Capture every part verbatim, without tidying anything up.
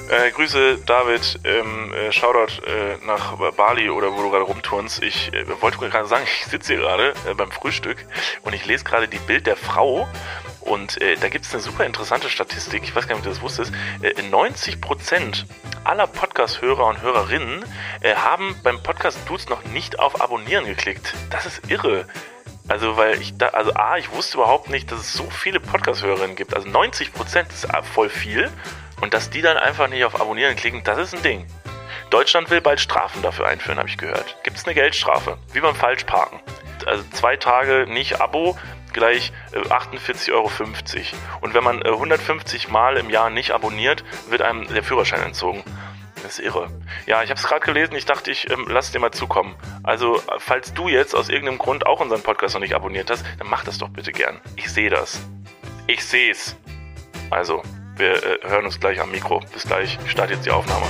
Äh, Grüße, David. Ähm, äh, Shoutout äh, nach Bali oder wo du gerade rumturnst. Ich äh, wollte gerade sagen, ich sitze hier gerade äh, beim Frühstück und ich lese gerade die Bild der Frau. Und äh, da gibt es eine super interessante Statistik. Ich weiß gar nicht, ob du das wusstest. Äh, neunzig Prozent aller Podcast-Hörer und Hörerinnen äh, haben beim Podcast Dudes noch nicht auf Abonnieren geklickt. Das ist irre. Also, weil ich da, also A, ich wusste überhaupt nicht, dass es so viele Podcast-Hörerinnen gibt. Also neunzig Prozent ist voll viel. Und dass die dann einfach nicht auf Abonnieren klicken, das ist ein Ding. Deutschland will bald Strafen dafür einführen, habe ich gehört. Gibt es eine Geldstrafe, wie beim Falschparken. Also zwei Tage nicht Abo, gleich äh, achtundvierzig Euro fünfzig. Und wenn man äh, hundertfünfzig Mal im Jahr nicht abonniert, wird einem der Führerschein entzogen. Das ist irre. Ja, ich habe es gerade gelesen, ich dachte, ich ähm, lass dir mal zukommen. Also, falls du jetzt aus irgendeinem Grund auch unseren Podcast noch nicht abonniert hast, dann mach das doch bitte gern. Ich sehe das. Ich sehe es. Also... Wir äh, hören uns gleich am Mikro. Bis gleich. Ich starte jetzt die Aufnahme.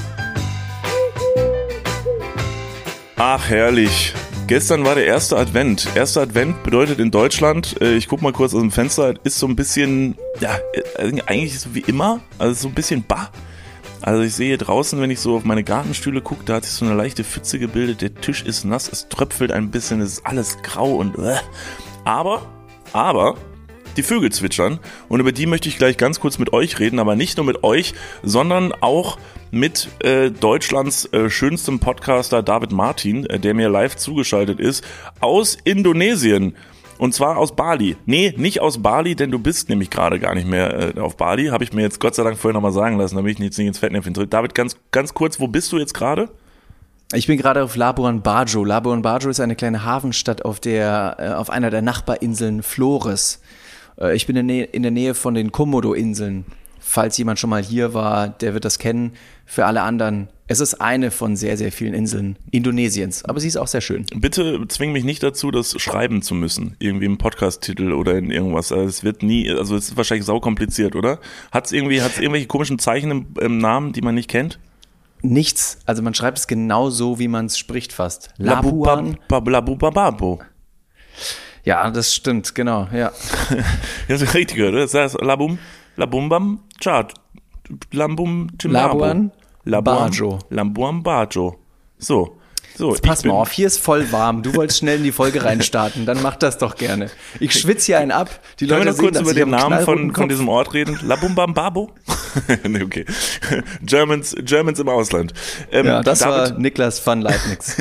Ach, herrlich. Gestern war der erste Advent. Erster Advent bedeutet in Deutschland, äh, ich guck mal kurz aus dem Fenster, ist so ein bisschen, ja, eigentlich so wie immer, also so ein bisschen bah. Also ich sehe draußen, wenn ich so auf meine Gartenstühle gucke, da hat sich so eine leichte Pfütze gebildet, der Tisch ist nass, es tröpfelt ein bisschen, es ist alles grau und äh. aber, aber... die Vögel zwitschern und über die möchte ich gleich ganz kurz mit euch reden, aber nicht nur mit euch, sondern auch mit äh, Deutschlands äh, schönstem Podcaster David Martin, äh, der mir live zugeschaltet ist, aus Indonesien. Und zwar aus Bali. Nee, nicht aus Bali, denn du bist nämlich gerade gar nicht mehr äh, auf Bali. Habe ich mir jetzt Gott sei Dank vorher nochmal sagen lassen, damit ich jetzt nicht ins Fettnäpfchen tritt. David, ganz, ganz kurz, wo bist du jetzt gerade? Ich bin gerade auf Labuan Bajo. Labuan Bajo ist eine kleine Hafenstadt auf der, äh, auf einer der Nachbarinseln Flores. Ich bin in der Nähe, in der Nähe von den Komodo-Inseln. Falls jemand schon mal hier war, der wird das kennen. Für alle anderen, es ist eine von sehr, sehr vielen Inseln Indonesiens. Aber sie ist auch sehr schön. Bitte zwing mich nicht dazu, das schreiben zu müssen. Irgendwie im Podcast-Titel oder in irgendwas. Also es wird nie, also es ist wahrscheinlich saukompliziert, oder? Hat es irgendwie, hat's irgendwelche komischen Zeichen im, im Namen, die man nicht kennt? Nichts. Also man schreibt es genau so, wie man es spricht fast. Labuan. Labubababo. Ja, das stimmt, genau, ja. Das ist richtig, oder? Das heißt Labum, Labumbam, Chart, Lambum, Labuan, Bajo. Labuan Bajo. So. So, jetzt pass mal auf, hier ist voll warm. Du wolltest schnell in die Folge reinstarten, dann mach das doch gerne. Ich schwitze hier einen ab. Die Können Leute wir noch sehen, kurz über den Namen von, von Kopf. diesem Ort reden? Labumbam Babo? Nee, okay. Germans, Germans im Ausland. Ähm, ja, das David, war Niklas van Leibniz.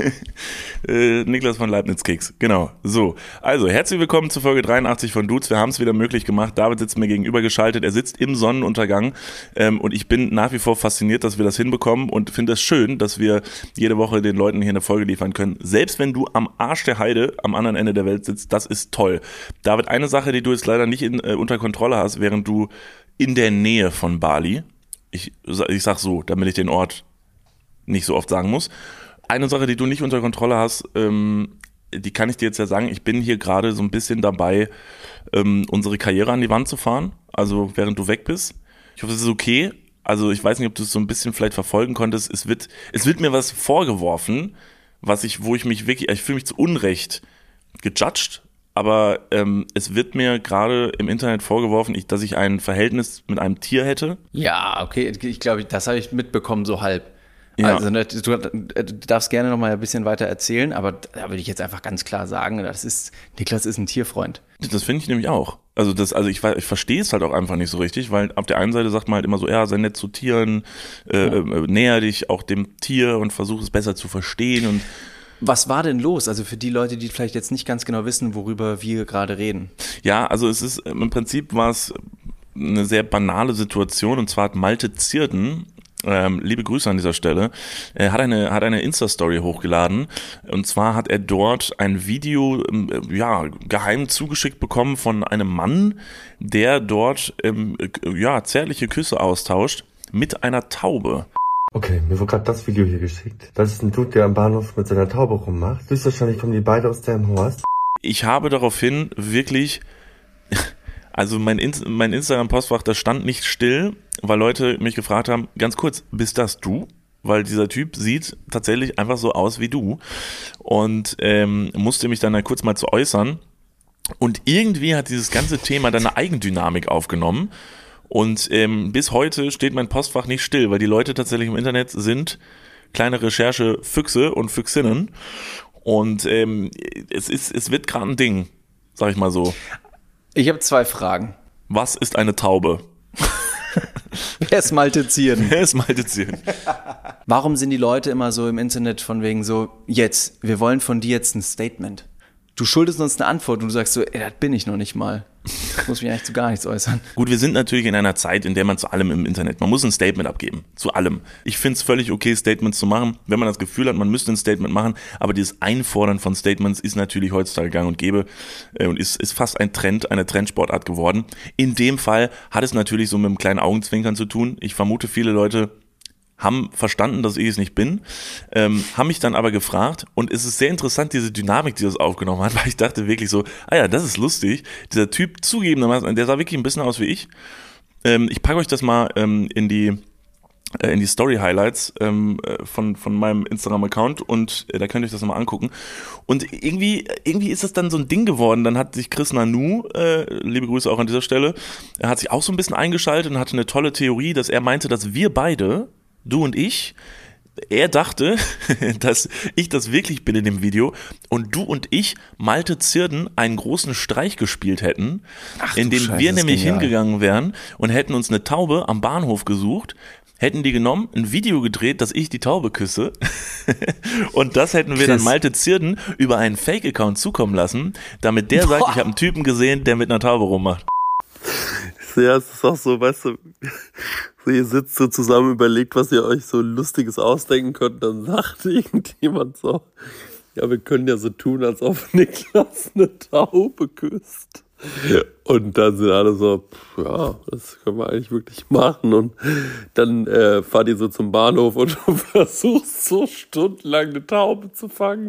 äh, Niklas von Leibniz-Keks, genau. So, also herzlich willkommen zu Folge dreiundachtzig von Dudes. Wir haben es wieder möglich gemacht. David sitzt mir gegenüber geschaltet. Er sitzt im Sonnenuntergang ähm, und ich bin nach wie vor fasziniert, dass wir das hinbekommen und finde es schön, dass wir jede Woche den Leuten hier eine Folge liefern können. Selbst wenn du am Arsch der Heide am anderen Ende der Welt sitzt, das ist toll. David, eine Sache, die du jetzt leider nicht in, äh, unter Kontrolle hast, während du in der Nähe von Bali, ich, ich sag so, damit ich den Ort nicht so oft sagen muss, eine Sache, die du nicht unter Kontrolle hast, ähm, die kann ich dir jetzt ja sagen, ich bin hier gerade so ein bisschen dabei, ähm, unsere Karriere an die Wand zu fahren, also während du weg bist. Ich hoffe, es ist okay. Also ich weiß nicht, ob du es so ein bisschen vielleicht verfolgen konntest. Es wird, es wird mir was vorgeworfen, was ich, wo ich mich wirklich, ich fühle mich zu Unrecht gejudged, aber ähm, es wird mir gerade im Internet vorgeworfen, ich, dass ich ein Verhältnis mit einem Tier hätte. Ja, okay, ich glaube, das habe ich mitbekommen, so halb. Ja. Also du, du darfst gerne noch mal ein bisschen weiter erzählen, aber da würde ich jetzt einfach ganz klar sagen, das ist, Niklas ist ein Tierfreund. Das finde ich nämlich auch. Also das, also ich, ich verstehe es halt auch einfach nicht so richtig, weil auf der einen Seite sagt man halt immer so, ja, sei nett zu Tieren, äh, ja. äh, näher dich auch dem Tier und versuch es besser zu verstehen. Und was war denn los? Also für die Leute, die vielleicht jetzt nicht ganz genau wissen, worüber wir gerade reden. Ja, also es ist, im Prinzip war es eine sehr banale Situation, und zwar hat Malte Zierden, Ähm, liebe Grüße an dieser Stelle, er hat eine, hat eine Insta-Story hochgeladen, und zwar hat er dort ein Video, äh, ja, geheim zugeschickt bekommen von einem Mann, der dort, ähm, ja, zärtliche Küsse austauscht mit einer Taube. Okay, mir wurde gerade das Video hier geschickt. Das ist ein Dude, der am Bahnhof mit seiner Taube rummacht. Höchstwahrscheinlich kommen die beide aus Delmenhorst. Ich habe daraufhin wirklich, also mein, In- mein Instagram-Postfach, das stand nicht still, weil Leute mich gefragt haben, ganz kurz, bist das du? Weil dieser Typ sieht tatsächlich einfach so aus wie du, und ähm, musste mich dann da kurz mal zu äußern, und irgendwie hat dieses ganze Thema dann eine Eigendynamik aufgenommen, Und ähm, bis heute steht mein Postfach nicht still, weil die Leute tatsächlich im Internet sind kleine Recherche-Füchse und Füchsinnen. Und ähm, es ist, es wird gerade ein Ding, sag ich mal so. Ich habe zwei Fragen. Was ist eine Taube? Wer ist Malte Zierden? Wer ist Malte Zierden? Warum sind die Leute immer so im Internet von wegen so, jetzt, wir wollen von dir jetzt ein Statement. Du schuldest uns eine Antwort und du sagst so, ey, das bin ich noch nicht mal. Ich muss mich eigentlich zu gar nichts äußern. Gut, wir sind natürlich in einer Zeit, in der man zu allem im Internet, man muss ein Statement abgeben, zu allem. Ich finde es völlig okay, Statements zu machen, wenn man das Gefühl hat, man müsste ein Statement machen, aber dieses Einfordern von Statements ist natürlich heutzutage gang und gäbe äh, und ist, ist fast ein Trend, eine Trendsportart geworden. In dem Fall hat es natürlich so mit einem kleinen Augenzwinkern zu tun. Ich vermute, viele Leute haben verstanden, dass ich es nicht bin, ähm, haben mich dann aber gefragt und es ist sehr interessant, diese Dynamik, die das aufgenommen hat, weil ich dachte wirklich so, ah ja, das ist lustig, dieser Typ zugegebenermaßen, der sah wirklich ein bisschen aus wie ich. Ähm, ich packe euch das mal ähm, in die äh, in die Story-Highlights ähm, von, von meinem Instagram-Account und äh, da könnt ihr euch das nochmal angucken. Und irgendwie, irgendwie ist das dann so ein Ding geworden, dann hat sich Chris Nanu, äh, liebe Grüße auch an dieser Stelle, er hat sich auch so ein bisschen eingeschaltet und hatte eine tolle Theorie, dass er meinte, dass wir beide, du und ich, er dachte, dass ich das wirklich bin in dem Video und du und ich Malte Zierden einen großen Streich gespielt hätten, Ach, in dem Scheiße, wir nämlich genial. hingegangen wären und hätten uns eine Taube am Bahnhof gesucht, hätten die genommen, ein Video gedreht, dass ich die Taube küsse und das hätten wir Chris. dann Malte Zierden über einen Fake-Account zukommen lassen, damit der sagt, Boah. ich habe einen Typen gesehen, der mit einer Taube rummacht. Ja, es ist auch so, weißt du, so ihr sitzt so zusammen, überlegt, was ihr euch so Lustiges ausdenken könnt, dann sagt irgendjemand so, ja, wir können ja so tun, als ob Niklas eine Taube küsst. Und dann sind alle so, pff, ja, das können wir eigentlich wirklich machen. Und dann äh, fahrt ihr so zum Bahnhof und du versuchst so stundenlang eine Taube zu fangen.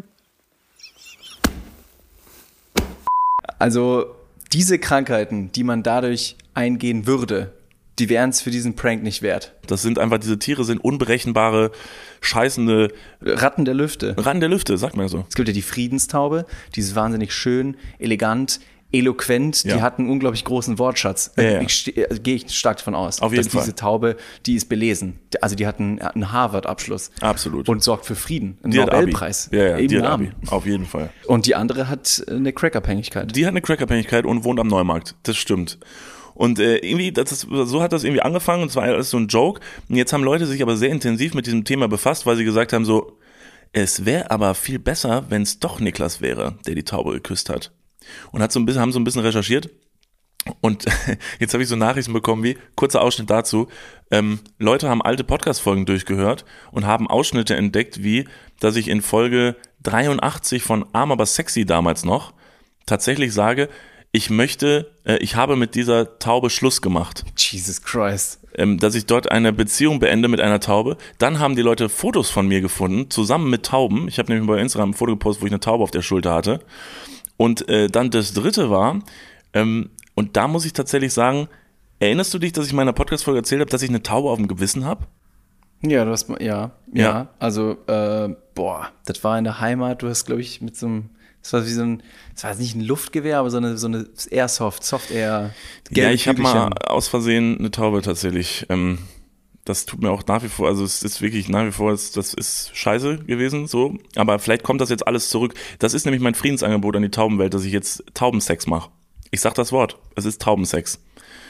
Also diese Krankheiten, die man dadurch eingehen würde, die wären es für diesen Prank nicht wert. Das sind einfach, diese Tiere sind unberechenbare, scheißende Ratten der Lüfte. Ratten der Lüfte, sagt man so. Es gibt ja die Friedenstaube, die ist wahnsinnig schön, elegant, eloquent, Ja. die hat einen unglaublich großen Wortschatz. Ja, ja. Ich ste- äh, gehe ich stark davon aus, Auf jeden dass Fall. diese Taube, die ist belesen. Also die hat einen, einen Harvard-Abschluss. Absolut. Und sorgt für Frieden. Einen Die hat Abi. Nobelpreis. Ja, ja, Im die hat Namen. Abi. Auf jeden Fall. Und die andere hat eine Crack-Abhängigkeit. Die hat eine Crack-Abhängigkeit und wohnt am Neumarkt. Das stimmt. Und äh, irgendwie, das ist, so hat das irgendwie angefangen und es war alles so ein Joke. Und jetzt haben Leute sich aber sehr intensiv mit diesem Thema befasst, weil sie gesagt haben so, es wäre aber viel besser, wenn es doch Niklas wäre, der die Taube geküsst hat. Und hat so ein bisschen, haben so ein bisschen recherchiert. Und jetzt habe ich so Nachrichten bekommen wie, kurzer Ausschnitt dazu, ähm, Leute haben alte Podcast-Folgen durchgehört und haben Ausschnitte entdeckt, wie, dass ich in Folge dreiundachtzig von Arm aber sexy damals noch tatsächlich sage, ich möchte, äh, ich habe mit dieser Taube Schluss gemacht. Jesus Christ. Ähm, dass ich dort eine Beziehung beende mit einer Taube. Dann haben die Leute Fotos von mir gefunden, zusammen mit Tauben. Ich habe nämlich bei Instagram ein Foto gepostet, wo ich eine Taube auf der Schulter hatte. Und äh, dann das dritte war, ähm, und da muss ich tatsächlich sagen, erinnerst du dich, dass ich in meiner Podcast-Folge erzählt habe, dass ich eine Taube auf dem Gewissen habe? Ja, du hast, ja, ja, Ja. also, äh, boah, das war in der Heimat, du hast, glaube ich, mit so einem, das war wie so ein, das war nicht ein Luftgewehr, aber so eine, so eine Airsoft, Soft-Air. Ja, ich habe mal Kügelchen. aus Versehen eine Taube tatsächlich. Ähm, das tut mir auch nach wie vor, also es ist wirklich nach wie vor, das, das ist scheiße gewesen, so. Aber vielleicht kommt das jetzt alles zurück. Das ist nämlich mein Friedensangebot an die Taubenwelt, dass ich jetzt Taubensex mache. Ich sag das Wort, es ist Taubensex.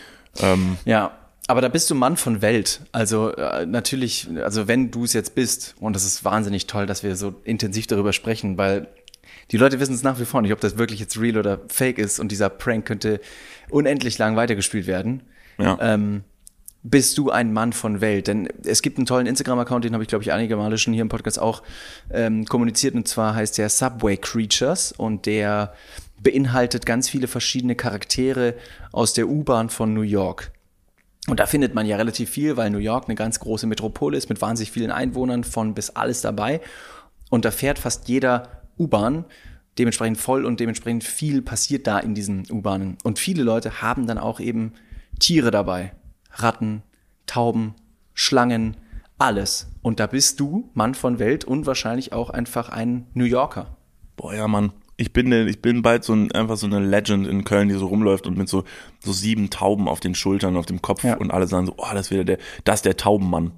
Ähm, Ja, aber da bist du Mann von Welt. Also äh, natürlich, also wenn du es jetzt bist, und das ist wahnsinnig toll, dass wir so intensiv darüber sprechen, weil die Leute wissen es nach wie vor nicht, ob das wirklich jetzt real oder fake ist und dieser Prank könnte unendlich lang weitergespielt werden. ja. Ähm, bist du ein Mann von Welt? Denn es gibt einen tollen Instagram-Account, den habe ich, glaube ich, einige Male schon hier im Podcast auch ähm, kommuniziert. Und zwar heißt der Subway Creatures und der beinhaltet ganz viele verschiedene Charaktere aus der U-Bahn von New York. Und da findet man ja relativ viel, weil New York eine ganz große Metropole ist mit wahnsinnig vielen Einwohnern, von bis alles dabei. Und da fährt fast jeder U-Bahn dementsprechend voll und dementsprechend viel passiert da in diesen U-Bahnen. Und viele Leute haben dann auch eben Tiere dabei. Ratten, Tauben, Schlangen, alles. Und da bist du Mann von Welt und wahrscheinlich auch einfach ein New Yorker. Boah, ja, Mann. Ich bin, der, ich bin bald so ein, einfach so eine Legend in Köln, die so rumläuft und mit so, so sieben Tauben auf den Schultern, auf dem Kopf Ja. und alle sagen so, oh, das wäre der, das ist der Taubenmann.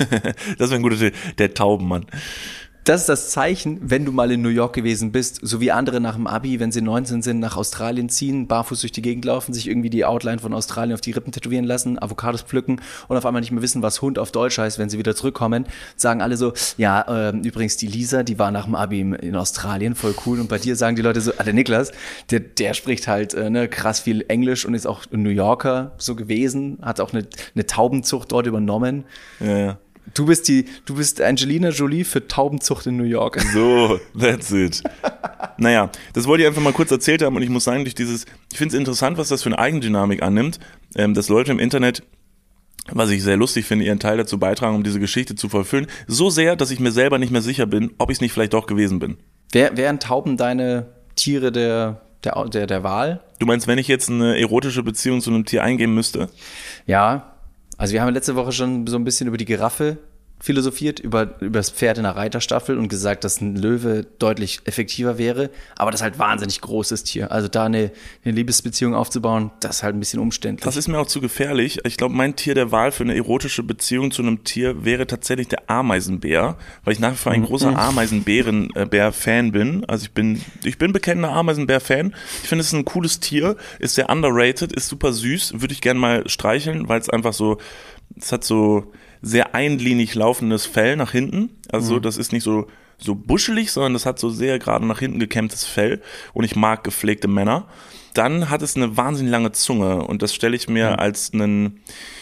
Das wäre ein guter Titel, der Taubenmann. Das ist das Zeichen, wenn du mal in New York gewesen bist, so wie andere nach dem Abi, wenn sie neunzehn sind, nach Australien ziehen, barfuß durch die Gegend laufen, sich irgendwie die Outline von Australien auf die Rippen tätowieren lassen, Avocados pflücken und auf einmal nicht mehr wissen, was Hund auf Deutsch heißt, wenn sie wieder zurückkommen, sagen alle so, ja, äh, übrigens die Lisa, die war nach dem Abi in Australien, voll cool. Und bei dir sagen die Leute so, ah, der Niklas, der, der spricht halt äh, ne, krass viel Englisch und ist auch New Yorker so gewesen, hat auch eine, eine Taubenzucht dort übernommen. Ja, ja. Du bist die, du bist Angelina Jolie für Taubenzucht in New York. So, that's it. Naja, das wollte ich einfach mal kurz erzählt haben und ich muss sagen, durch dieses, ich finde es interessant, was das für eine Eigendynamik annimmt, ähm, dass Leute im Internet, was ich sehr lustig finde, ihren Teil dazu beitragen, um diese Geschichte zu vollfüllen, so sehr, dass ich mir selber nicht mehr sicher bin, ob ich es nicht vielleicht doch gewesen bin. Wer, wären Tauben deine Tiere der, der, der, der Wahl? Du meinst, wenn ich jetzt eine erotische Beziehung zu einem Tier eingehen müsste? Ja, also wir haben letzte Woche schon so ein bisschen über die Giraffe philosophiert, über, über das Pferd in der Reiterstaffel und gesagt, dass ein Löwe deutlich effektiver wäre, aber das ist halt wahnsinnig großes Tier. Also da eine, eine Liebesbeziehung aufzubauen, das ist halt ein bisschen umständlich. Das ist mir auch zu gefährlich. Ich glaube, mein Tier der Wahl für eine erotische Beziehung zu einem Tier wäre tatsächlich der Ameisenbär, weil ich nach wie vor ein großer Ameisenbären-Bär-Fan bin. Also ich bin, ich bin bekennender Ameisenbär-Fan. Ich finde, es ist ein cooles Tier, ist sehr underrated, ist super süß, würde ich gerne mal streicheln, weil es einfach so, es hat so sehr einlinig laufendes Fell nach hinten. Also mhm. das ist nicht so, so buschelig, sondern das hat so sehr gerade nach hinten gekämmtes Fell. Und ich mag gepflegte Männer. Dann hat es eine wahnsinnig lange Zunge. Und das stelle ich mir mhm. als einen,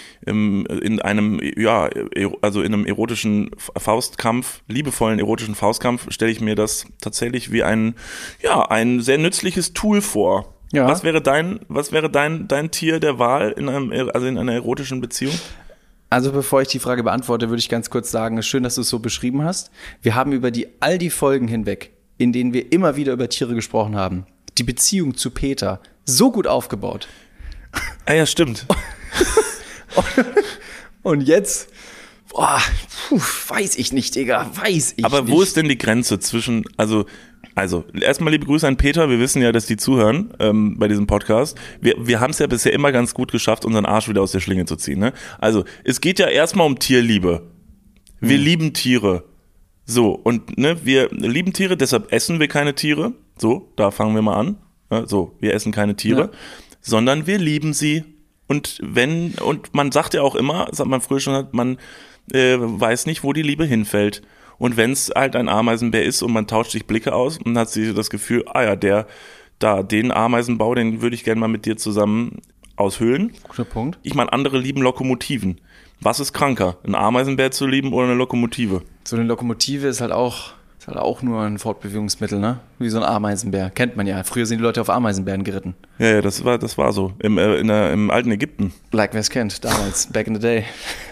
im, in einem, ja, also in einem erotischen Faustkampf, liebevollen erotischen Faustkampf, stelle ich mir das tatsächlich wie ein, ja, ein sehr nützliches Tool vor. Ja. Was wäre dein, was wäre dein, dein Tier der Wahl in einem, also in einer erotischen Beziehung? Also bevor ich die Frage beantworte, würde ich ganz kurz sagen, es ist schön, dass du es so beschrieben hast. Wir haben über die all die Folgen hinweg, in denen wir immer wieder über Tiere gesprochen haben, die Beziehung zu Peter so gut aufgebaut. Ah ja, stimmt. Und jetzt, boah, puh, weiß ich nicht, Digga, weiß ich Aber nicht. Aber wo ist denn die Grenze zwischen, also Also, erstmal liebe Grüße an Peter. Wir wissen ja, dass die zuhören ähm, bei diesem Podcast. Wir, wir haben es ja bisher immer ganz gut geschafft, unseren Arsch wieder aus der Schlinge zu ziehen. Ne? Also, es geht ja erstmal um Tierliebe. Wir hm. lieben Tiere. So, und ne, wir lieben Tiere, deshalb essen wir keine Tiere. So, da fangen wir mal an. Ja, so, wir essen keine Tiere, ja. sondern wir lieben sie. Und wenn, und man sagt ja auch immer, das hat man früher schon gesagt, man äh, weiß nicht, wo die Liebe hinfällt. Und wenn es halt ein Ameisenbär ist und man tauscht sich Blicke aus und hat sich das Gefühl, ah ja, der, da, den Ameisenbau, den würde ich gerne mal mit dir zusammen aushöhlen. Guter Punkt. Ich meine, andere lieben Lokomotiven. Was ist kranker, ein Ameisenbär zu lieben oder eine Lokomotive? So eine Lokomotive ist halt auch, ist halt auch nur ein Fortbewegungsmittel, ne? Wie so ein Ameisenbär. Kennt man ja. Früher sind die Leute auf Ameisenbären geritten. Ja, ja, das war, das war so. Im, äh, in der, im alten Ägypten. Like wer es kennt, damals, back in the day.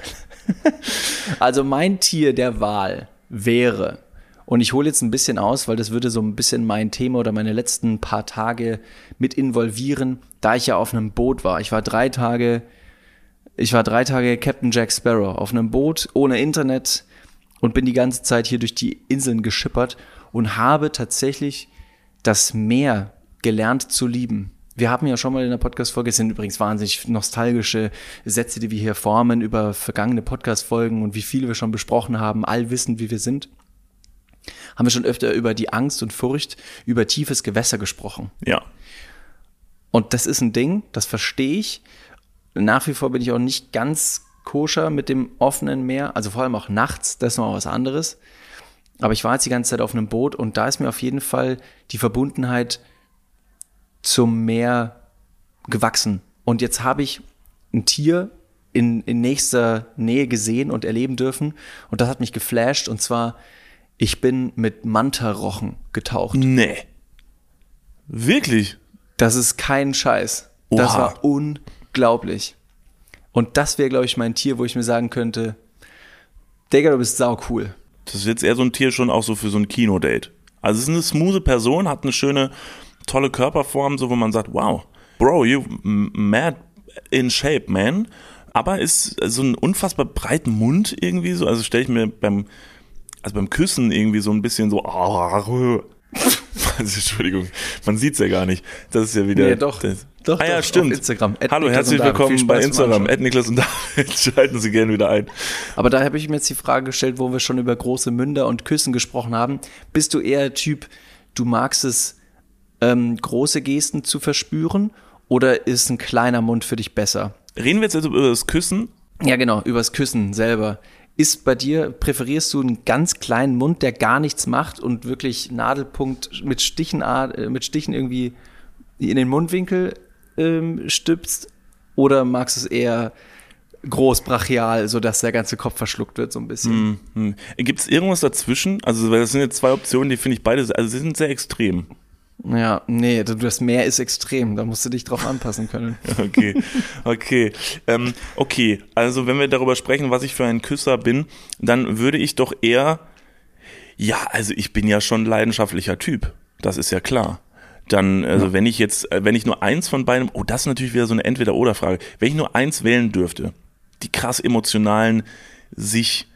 Also mein Tier der Wahl wäre, und ich hole jetzt ein bisschen aus, weil das würde so ein bisschen mein Thema oder meine letzten paar Tage mit involvieren, da ich ja auf einem Boot war. Ich war drei Tage, ich war drei Tage Captain Jack Sparrow auf einem Boot ohne Internet und bin die ganze Zeit hier durch die Inseln geschippert und habe tatsächlich das Meer gelernt zu lieben. Wir haben ja schon mal in der Podcast-Folge, es sind übrigens wahnsinnig nostalgische Sätze, die wir hier formen über vergangene Podcast-Folgen und wie viele wir schon besprochen haben, allwissend wie wir sind, haben wir schon öfter über die Angst und Furcht über tiefes Gewässer gesprochen. Ja. Und das ist ein Ding, das verstehe ich. Nach wie vor bin ich auch nicht ganz koscher mit dem offenen Meer, also vor allem auch nachts, das ist noch was anderes. Aber ich war jetzt die ganze Zeit auf einem Boot und da ist mir auf jeden Fall die Verbundenheit zum Meer gewachsen. Und jetzt habe ich ein Tier in, in nächster Nähe gesehen und erleben dürfen. Und das hat mich geflasht. Und zwar, ich bin mit Mantarochen getaucht. Nee. Wirklich? Das ist kein Scheiß. Oha. Das war unglaublich. Und das wäre, glaube ich, mein Tier, wo ich mir sagen könnte, Digga, du bist sau cool. Das ist jetzt eher so ein Tier schon auch so für so ein Kinodate. Also es ist eine smoothe Person, hat eine schöne tolle Körperform, so wo man sagt, wow, Bro, you mad in shape, man. Aber ist so einen unfassbar breiten Mund irgendwie so, also stelle ich mir beim, also beim Küssen irgendwie so ein bisschen so, Also, Entschuldigung, man sieht's ja gar nicht. Das ist ja wieder... Nee, doch. Das, Doch, ah ja, doch, stimmt. auf Instagram. Hallo, herzlich willkommen bei Instagram. At Niklas und David. Schalten Sie gerne wieder ein. Aber da habe ich mir jetzt die Frage gestellt, wo wir schon über große Münder und Küssen gesprochen haben. Bist du eher Typ, du magst es, ähm, große Gesten zu verspüren, oder ist ein kleiner Mund für dich besser? Reden wir jetzt also über das Küssen? Ja, genau, übers Küssen selber. Ist bei dir, präferierst du einen ganz kleinen Mund, der gar nichts macht und wirklich Nadelpunkt mit Stichen, mit Stichen irgendwie in den Mundwinkel ähm, stüpst? Oder magst du es eher groß, brachial, sodass der ganze Kopf verschluckt wird so ein bisschen? Hm, hm. Gibt es irgendwas dazwischen? Also das sind jetzt zwei Optionen, die finde ich beide, also sie sind sehr extrem. Ja, nee, das Meer ist extrem, da musst du dich drauf anpassen können. Okay, okay. Ähm, okay, also wenn wir darüber sprechen, was ich für ein Küsser bin, dann würde ich doch eher, ja, also ich bin ja schon ein leidenschaftlicher Typ, das ist ja klar. Dann, also ja. wenn ich jetzt, wenn ich nur eins von beiden, oh, das ist natürlich wieder so eine Entweder-Oder-Frage, wenn ich nur eins wählen dürfte, die krass emotionalen, sich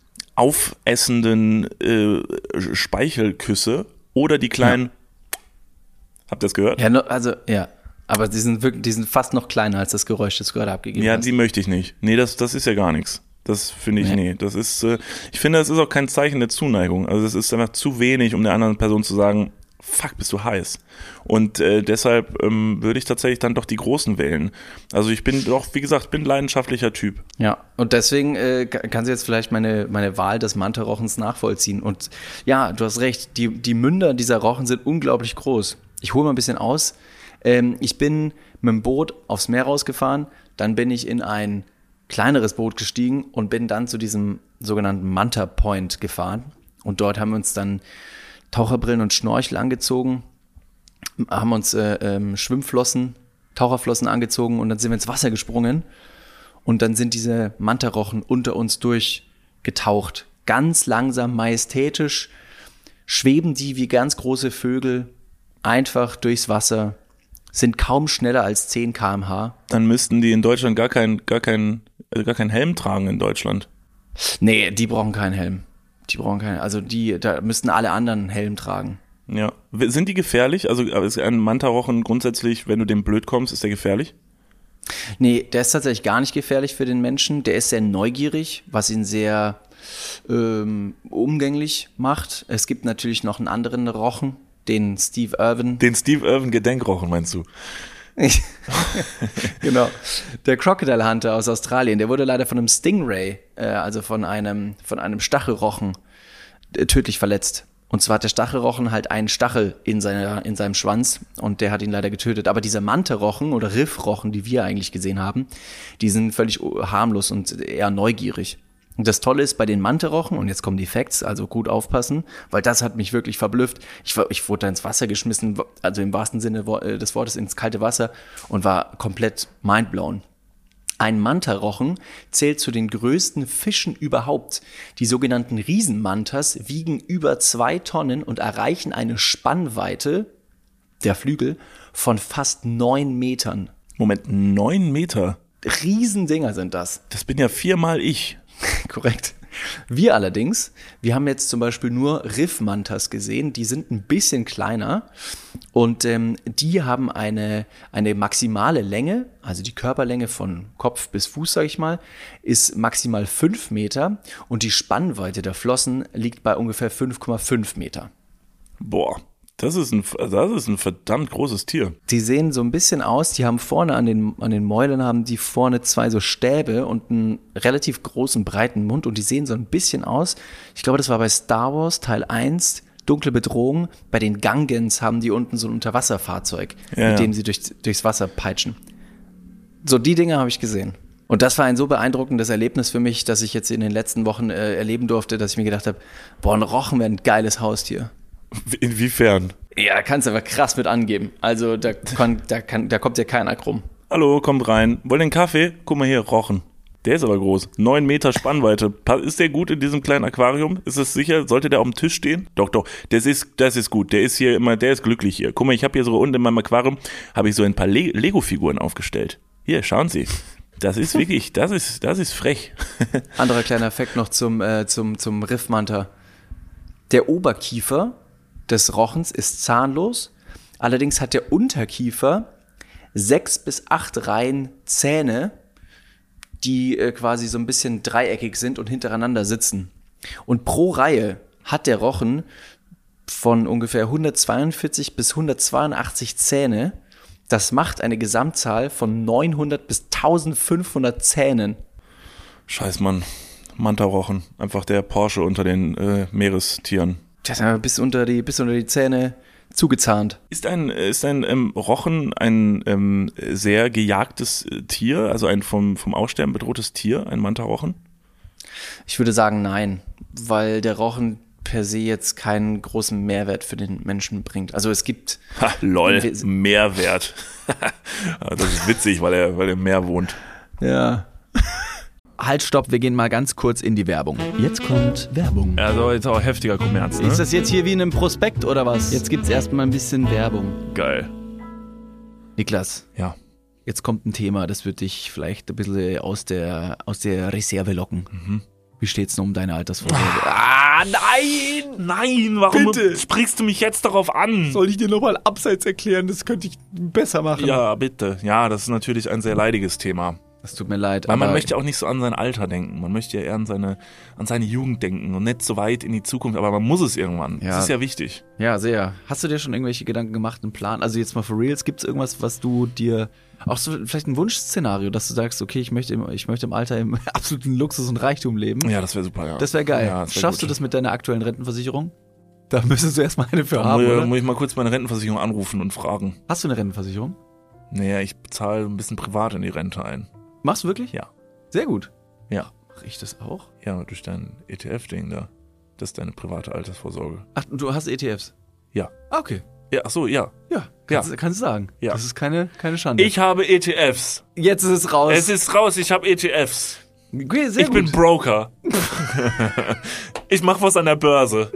aufessenden äh, Speichelküsse oder die kleinen, ja. Habt ihr das gehört? Ja, no, also, ja. Aber die sind wirklich, die sind fast noch kleiner als das Geräusch, das du gerade abgegeben ja, hast. Ja, die möchte ich nicht. Nee, das, das ist ja gar nichts. Das finde ich, nee. nee. Das ist, äh, ich finde, das ist auch kein Zeichen der Zuneigung. Also, das ist einfach zu wenig, um der anderen Person zu sagen, fuck, bist du heiß. Und äh, deshalb ähm, würde ich tatsächlich dann doch die Großen wählen. Also, ich bin doch, wie gesagt, bin ein leidenschaftlicher Typ. Ja, und deswegen äh, kannst du jetzt vielleicht meine, meine Wahl des Manta-Rochens nachvollziehen. Und ja, du hast recht, die, die Münder dieser Rochen sind unglaublich groß. Ich hole mal ein bisschen aus. Ähm, ich bin mit dem Boot aufs Meer rausgefahren, dann bin ich in ein kleineres Boot gestiegen und bin dann zu diesem sogenannten Manta Point gefahren. Und dort haben wir uns dann Taucherbrillen und Schnorchel angezogen, haben uns äh, ähm, Schwimmflossen, Taucherflossen angezogen und dann sind wir ins Wasser gesprungen. Und dann sind diese Manta-Rochen unter uns durchgetaucht. Ganz langsam, majestätisch schweben die wie ganz große Vögel einfach durchs Wasser, sind kaum schneller als zehn Kilometer pro Stunde. Dann müssten die in Deutschland gar keinen gar kein, gar kein Helm tragen in Deutschland. Nee, die brauchen keinen Helm. Die brauchen keinen, also die, da müssten alle anderen einen Helm tragen. Ja. Sind die gefährlich? Also ist ein Manta-Rochen grundsätzlich, wenn du dem blöd kommst, ist der gefährlich? Nee, der ist tatsächlich gar nicht gefährlich für den Menschen. Der ist sehr neugierig, was ihn sehr ähm, umgänglich macht. Es gibt natürlich noch einen anderen Rochen, den Steve Irwin. Den Steve Irwin Gedenkrochen, meinst du? Genau. Der Crocodile Hunter aus Australien, der wurde leider von einem Stingray, äh, also von einem, von einem Stachelrochen, äh, tödlich verletzt. Und zwar hat der Stachelrochen halt einen Stachel in, seiner, in seinem Schwanz und der hat ihn leider getötet. Aber diese Manta-Rochen oder Riffrochen, die wir eigentlich gesehen haben, die sind völlig harmlos und eher neugierig. Und das Tolle ist bei den Manta-Rochen, und jetzt kommen die Facts, also gut aufpassen, weil das hat mich wirklich verblüfft. Ich, ich wurde da ins Wasser geschmissen, also im wahrsten Sinne des Wortes ins kalte Wasser und war komplett mindblown. Ein Manta-Rochen zählt zu den größten Fischen überhaupt. Die sogenannten Riesenmantas wiegen über zwei Tonnen und erreichen eine Spannweite der Flügel von fast neun Metern. Moment, neun Meter? Riesendinger sind das. Das bin ja viermal ich. Korrekt. Wir allerdings, wir haben jetzt zum Beispiel nur Riffmantas gesehen, die sind ein bisschen kleiner und ähm, die haben eine, eine maximale Länge, also die Körperlänge von Kopf bis Fuß, sag ich mal, ist maximal fünf Meter und die Spannweite der Flossen liegt bei ungefähr fünf Komma fünf Meter. Boah. Das ist ein, das ist ein verdammt großes Tier. Die sehen so ein bisschen aus, die haben vorne an den, an den Mäulern haben die vorne zwei so Stäbe und einen relativ großen, breiten Mund und die sehen so ein bisschen aus. Ich glaube, das war bei Star Wars Teil eins, Dunkle Bedrohung. Bei den Gungans haben die unten so ein Unterwasserfahrzeug, ja, mit dem ja. sie durch, durchs Wasser peitschen. So, die Dinge habe ich gesehen. Und das war ein so beeindruckendes Erlebnis für mich, dass ich jetzt in den letzten Wochen äh, erleben durfte, dass ich mir gedacht habe, boah, ein Rochen wäre ein geiles Haustier. Inwiefern? Ja, kannst du aber krass mit angeben. Also da, kann, da, kann, da kommt ja keiner krumm. Hallo, kommt rein. Wollt ihr einen Kaffee? Guck mal hier, Rochen. Der ist aber groß. Neun Meter Spannweite. Ist der gut in diesem kleinen Aquarium? Ist es sicher? Sollte der auf dem Tisch stehen? Doch, doch. Das ist, das ist gut. Der ist hier immer, der ist glücklich hier. Guck mal, ich habe hier so unten in meinem Aquarium, habe ich so ein paar Le- Lego-Figuren aufgestellt. Hier, schauen Sie. Das ist wirklich, das ist, das ist frech. Anderer kleiner Fakt noch zum, äh, zum, zum Riffmanta. Der Oberkiefer des Rochens ist zahnlos. Allerdings hat der Unterkiefer sechs bis acht Reihen Zähne, die äh, quasi so ein bisschen dreieckig sind und hintereinander sitzen. Und pro Reihe hat der Rochen von ungefähr hundertzweiundvierzig bis hundertzweiundachtzig Zähne. Das macht eine Gesamtzahl von neunhundert bis eintausendfünfhundert Zähnen. Scheiß Mann, Manta-Rochen, einfach der Porsche unter den äh, Meerestieren. Das ist aber bis unter die, bis unter die Zähne zugezahnt. Ist ein, ist ein ähm, Rochen ein ähm, sehr gejagtes äh, Tier, also ein vom, vom Aussterben bedrohtes Tier, ein Manta-Rochen? Ich würde sagen nein, weil der Rochen per se jetzt keinen großen Mehrwert für den Menschen bringt. Also es gibt... Ha, lol, Mehrwert. Das ist witzig, weil er, weil er im Meer wohnt. Ja. Halt, stopp, wir gehen mal ganz kurz in die Werbung. Jetzt kommt Werbung. Also jetzt auch heftiger Kommerz, ne? Ist das jetzt hier wie in einem Prospekt oder was? Jetzt gibt's erstmal ein bisschen Werbung. Geil. Niklas. Ja. Jetzt kommt ein Thema, das wird dich vielleicht ein bisschen aus der, aus der Reserve locken. Mhm. Wie steht's denn um deine Altersvorsorge? Ah, nein! Nein, warum Bitte. sprichst du mich jetzt darauf an? Soll ich dir nochmal abseits erklären? Das könnte ich besser machen. Ja, bitte. Ja, das ist natürlich ein sehr leidiges Thema. Das tut mir leid. Weil man aber möchte auch nicht so an sein Alter denken. Man möchte ja eher an seine, an seine Jugend denken und nicht so weit in die Zukunft. Aber man muss es irgendwann. Ja. Das ist ja wichtig. Ja, sehr. Hast du dir schon irgendwelche Gedanken gemacht, einen Plan? Also jetzt mal for reals, gibt's irgendwas, was du dir, auch so vielleicht ein Wunschszenario, dass du sagst, okay, ich möchte im, ich möchte im Alter im absoluten Luxus und Reichtum leben? Ja, das wäre super, ja. Das wäre geil. Ja, das wär Schaffst gut. du das mit deiner aktuellen Rentenversicherung? Da müsstest du erstmal eine für Da haben, muss, oder? muss ich mal kurz meine Rentenversicherung anrufen und fragen. Hast du eine Rentenversicherung? Naja, ich bezahle ein bisschen privat in die Rente ein. Machst du wirklich? Ja. Sehr gut. Ja. Mach ich das auch? Ja, durch dein E T F-Ding da. Das ist deine private Altersvorsorge. Ach, du hast E T Fs? Ja. Ah, okay. Ja, ach so, ja. Ja, kannst, Ja. kannst du sagen. Ja. Das ist keine, keine Schande. Ich habe E T Fs. Jetzt ist es raus. Es ist raus, ich habe E T Fs. okay, sehr Ich gut. bin Broker. Ich mach was an der Börse.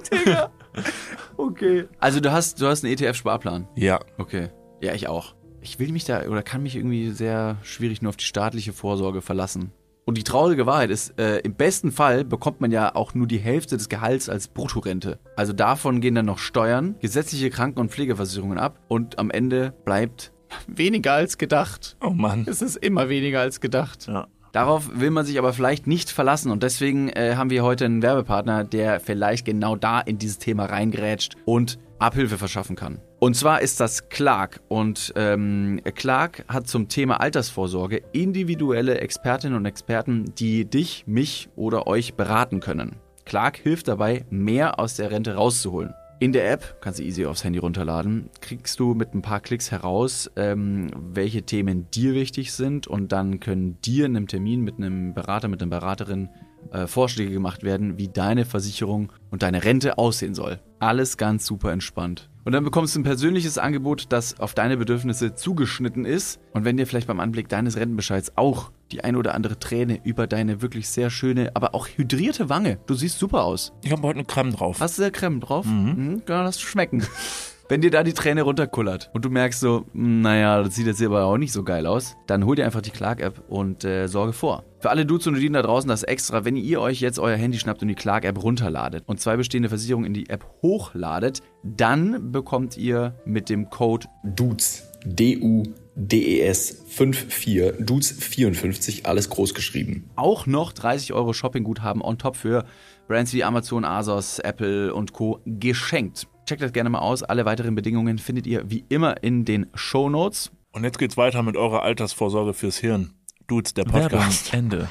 Okay. Also du hast, du hast einen E T F-Sparplan. Ja. Okay. Ja, ich auch. Ich will mich da oder kann mich irgendwie sehr schwierig nur auf die staatliche Vorsorge verlassen. Und die traurige Wahrheit ist, äh, im besten Fall bekommt man ja auch nur die Hälfte des Gehalts als Bruttorente. Also davon gehen dann noch Steuern, gesetzliche Kranken- und Pflegeversicherungen ab und am Ende bleibt weniger als gedacht. Oh Mann. Es ist immer weniger als gedacht. Ja. Darauf will man sich aber vielleicht nicht verlassen und deswegen äh, haben wir heute einen Werbepartner, der vielleicht genau da in dieses Thema reingrätscht und Abhilfe verschaffen kann. Und zwar ist das Clark und ähm, Clark hat zum Thema Altersvorsorge individuelle Expertinnen und Experten, die dich, mich oder euch beraten können. Clark hilft dabei, mehr aus der Rente rauszuholen. In der App, kannst du easy aufs Handy runterladen, kriegst du mit ein paar Klicks heraus, ähm, welche Themen dir wichtig sind und dann können dir in einem Termin mit einem Berater, mit einer Beraterin äh, Vorschläge gemacht werden, wie deine Versicherung und deine Rente aussehen soll. Alles ganz super entspannt. Und dann bekommst du ein persönliches Angebot, das auf deine Bedürfnisse zugeschnitten ist. Und wenn dir vielleicht beim Anblick deines Rentenbescheids auch die ein oder andere Träne über deine wirklich sehr schöne, aber auch hydrierte Wange, du siehst super aus. Ich habe heute eine Creme drauf. Hast du da Creme drauf? Mhm. Kann das schmecken. Wenn dir da die Träne runterkullert und du merkst so, naja, das sieht jetzt aber auch nicht so geil aus, dann hol dir einfach die Clark-App und äh, sorge vor. Für alle Dudes und Dudinen da draußen das extra, wenn ihr euch jetzt euer Handy schnappt und die Clark-App runterladet und zwei bestehende Versicherungen in die App hochladet, dann bekommt ihr mit dem Code Dudes, D U D E S vierundfünfzig, Dudes vierundfünfzig, alles groß geschrieben. auch noch dreißig Euro Shoppingguthaben on top für Brands wie Amazon, Asos, Apple und Co. geschenkt. Checkt das gerne mal aus. Alle weiteren Bedingungen findet ihr wie immer in den Shownotes. Und jetzt geht's weiter mit eurer Altersvorsorge fürs Hirn. Dudes, der Podcast. Ende.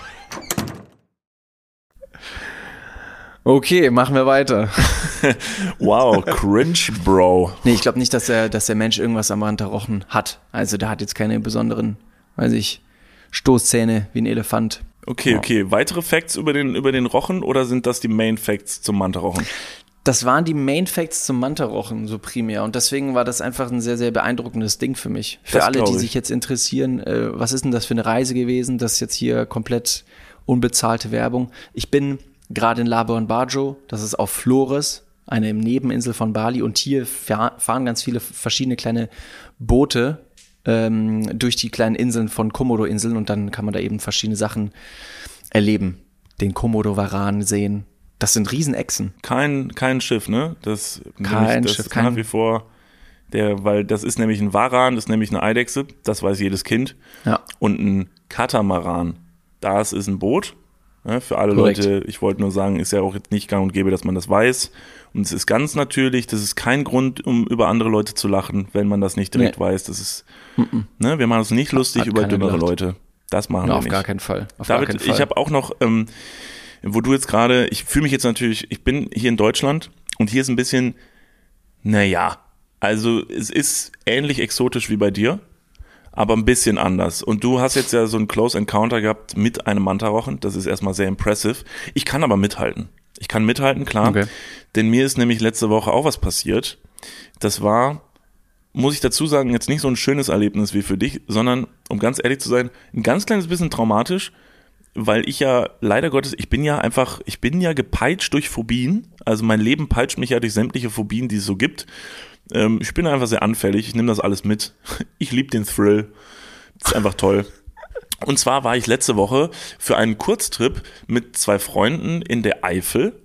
Okay, machen wir weiter. Wow, cringe, Bro. Nee, ich glaube nicht, dass der, dass der Mensch irgendwas am Manta-Rochen hat. Also der hat jetzt keine besonderen, weiß ich, Stoßzähne wie ein Elefant. Okay, okay. Weitere Facts über den, über den Rochen oder sind das die Main Facts zum Manta-Rochen? Das waren die Main Facts zum Manta-Rochen so primär und deswegen war das einfach ein sehr, sehr beeindruckendes Ding für mich. Für Das alle, glaub die ich. sich jetzt interessieren, äh, was ist denn das für eine Reise gewesen? Das ist jetzt hier komplett unbezahlte Werbung. Ich bin gerade in Labuan Bajo, das ist auf Flores, eine Nebeninsel von Bali und hier fahr- fahren ganz viele verschiedene kleine Boote ähm, durch die kleinen Inseln von Komodo-Inseln und dann kann man da eben verschiedene Sachen erleben. Den Komodo-Varan sehen, Das sind Riesenechsen. Kein, kein Schiff, ne? Das, Kein nämlich, das Schiff, ist kein- nach wie vor der, weil das ist nämlich ein Varan, das ist nämlich eine Eidechse, das weiß jedes Kind. Ja. Und ein Katamaran, das ist ein Boot. Ne? Für alle Korrekt. Leute, ich wollte nur sagen, ist ja auch jetzt nicht gang und gäbe, dass man das weiß. Und es ist ganz natürlich, das ist kein Grund, um über andere Leute zu lachen, wenn man das nicht direkt Nee. weiß. Das ist, ne? Wir machen uns nicht lustig Hat über keiner dümmere gelacht. Leute. Das machen Na, wir auf nicht. gar keinen Fall. Auf gar David, keinen Fall. ich habe auch noch, ähm, wo du jetzt gerade, ich fühle mich jetzt natürlich, ich bin hier in Deutschland und hier ist ein bisschen, naja, also es ist ähnlich exotisch wie bei dir, aber ein bisschen anders. Und du hast jetzt ja so einen Close Encounter gehabt mit einem Mantarochen, das ist erstmal sehr impressive. Ich kann aber mithalten. Ich kann mithalten, klar, Okay. denn mir ist nämlich letzte Woche auch was passiert. Das war, muss ich dazu sagen, jetzt nicht so ein schönes Erlebnis wie für dich, sondern, um ganz ehrlich zu sein, ein ganz kleines bisschen traumatisch, weil ich ja, leider Gottes, ich bin ja einfach, ich bin ja gepeitscht durch Phobien, also mein Leben peitscht mich ja durch sämtliche Phobien, die es so gibt. Ähm, ich bin einfach sehr anfällig, ich nehme das alles mit. Ich liebe den Thrill, das ist einfach toll. Und zwar war ich letzte Woche für einen Kurztrip mit zwei Freunden in der Eifel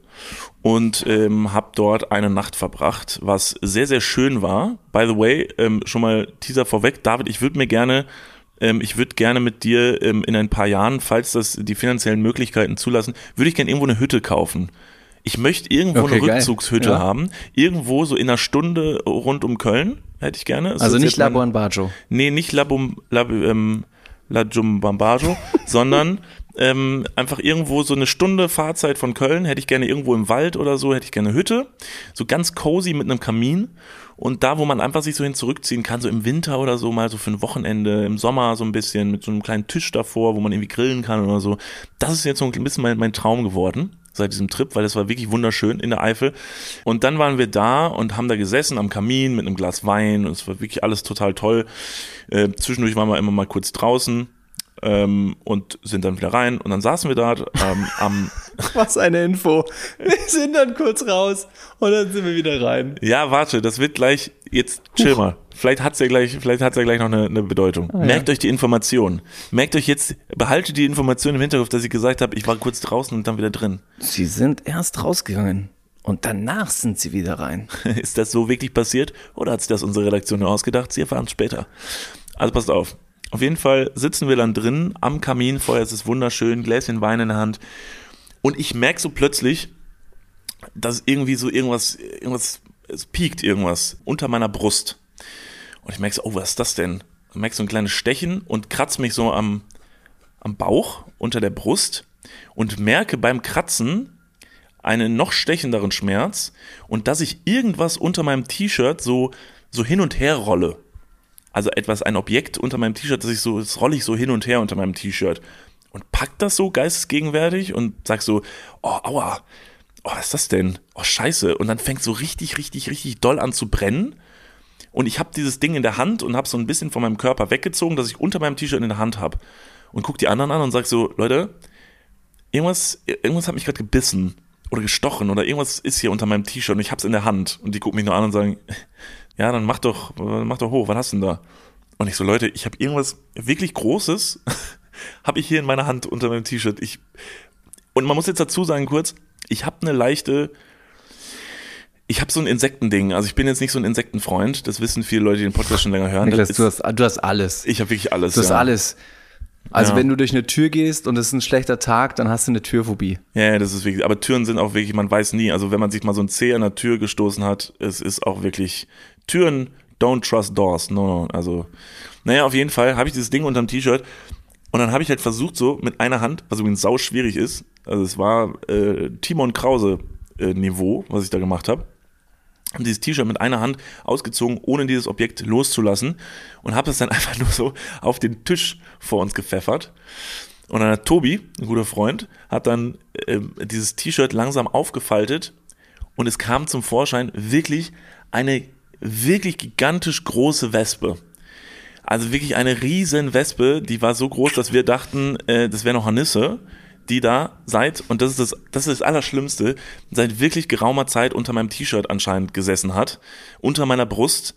und ähm, habe dort eine Nacht verbracht, was sehr, sehr schön war. By the way, ähm, schon mal Teaser vorweg, David, ich würde mir gerne, ähm, ich würde gerne mit dir ähm, in ein paar Jahren, falls das die finanziellen Möglichkeiten zulassen, würde ich gerne irgendwo eine Hütte kaufen. Ich möchte irgendwo Okay, eine geil. Rückzugshütte Ja. haben, irgendwo so in einer Stunde rund um Köln, hätte ich gerne. Das Also ist nicht jetzt mein- Labuan Bajo. Nee, nicht La, Bum, La, ähm, La Jumbambajo, sondern ähm, einfach irgendwo so eine Stunde Fahrzeit von Köln, hätte ich gerne irgendwo im Wald oder so, hätte ich gerne eine Hütte, so ganz cozy mit einem Kamin und da, wo man einfach sich so hin zurückziehen kann, so im Winter oder so, mal so für ein Wochenende, im Sommer so ein bisschen mit so einem kleinen Tisch davor, wo man irgendwie grillen kann oder so. Das ist jetzt so ein bisschen mein, mein Traum geworden seit diesem Trip, weil das war wirklich wunderschön in der Eifel. Und dann waren wir da und haben da gesessen am Kamin mit einem Glas Wein und es war wirklich alles total toll. Äh, zwischendurch waren wir immer mal kurz draußen ähm, und sind dann wieder rein und dann saßen wir da ähm, am, Was eine Info. Wir sind dann kurz raus und dann sind wir wieder rein. ja warte, das wird gleich, jetzt chill mal. Vielleicht hat's ja gleich, vielleicht hat's ja gleich noch eine, eine Bedeutung. Merkt euch die Information. Merkt euch jetzt, behaltet die Information im Hinterkopf, dass ich gesagt habe, ich war kurz draußen und dann wieder drin. Sie sind erst rausgegangen und danach sind sie wieder rein. Ist das so wirklich passiert oder hat sich das unsere Redaktion nur ausgedacht? Sie erfahren es später. Also passt auf. Auf jeden Fall sitzen wir dann drin am Kaminfeuer, es ist wunderschön, Gläschen Wein in der Hand und ich merke so plötzlich, dass irgendwie so irgendwas, irgendwas, es piekt irgendwas unter meiner Brust. Und ich merke so, oh, was ist das denn? Ich merke so ein kleines Stechen und kratze mich so am, am Bauch unter der Brust und merke beim Kratzen einen noch stechenderen Schmerz und dass ich irgendwas unter meinem T-Shirt so, so hin und her rolle. Also etwas, ein Objekt unter meinem T-Shirt, das ich so, das rolle ich so hin und her unter meinem T-Shirt und pack das so geistesgegenwärtig und sag so, oh, aua, oh, was ist das denn? Oh, scheiße. Und dann fängt so richtig, richtig, richtig doll an zu brennen. Und ich habe dieses Ding in der Hand und habe so ein bisschen von meinem Körper weggezogen, dass ich unter meinem T-Shirt in der Hand habe. Und guck die anderen an und sag so, Leute, irgendwas, irgendwas hat mich gerade gebissen oder gestochen oder irgendwas ist hier unter meinem T-Shirt und ich hab's in der Hand. Und die gucken mich nur an und sagen, ja, dann mach doch, mach doch hoch, was hast du denn da? Und ich so, Leute, ich habe irgendwas wirklich Großes, habe ich hier in meiner Hand unter meinem T-Shirt. Ich, und man muss jetzt dazu sagen kurz, ich habe eine leichte... Ich habe so ein Insektending, also ich bin jetzt nicht so ein Insektenfreund, das wissen viele Leute, die den Podcast schon länger hören. Niklas, Das du ist, hast, du hast alles. ich habe wirklich alles. Du hast ja. alles. Also Ja. wenn du durch eine Tür gehst und es ist ein schlechter Tag, dann hast du eine Türphobie. Ja, ja, das ist wirklich, aber Türen sind auch wirklich, man weiß nie, also wenn man sich mal so ein Zeh an der Tür gestoßen hat, es ist auch wirklich, Türen, don't trust doors, no, no, also, naja, auf jeden Fall habe ich dieses Ding unterm T-Shirt und dann habe ich halt versucht so mit einer Hand, was übrigens sau schwierig ist, also es war äh, Timon Krause äh, Niveau, was ich da gemacht habe, dieses T-Shirt mit einer Hand ausgezogen, ohne dieses Objekt loszulassen und habe das dann einfach nur so auf den Tisch vor uns gepfeffert. Und dann hat Tobi, ein guter Freund, hat dann äh, dieses T-Shirt langsam aufgefaltet und es kam zum Vorschein wirklich eine wirklich gigantisch große Wespe. Also wirklich eine riesen Wespe, die war so groß, dass wir dachten, äh, das wäre noch Hornisse, die da seit, und das ist das, das ist das Allerschlimmste, seit wirklich geraumer Zeit unter meinem T-Shirt anscheinend gesessen hat, unter meiner Brust.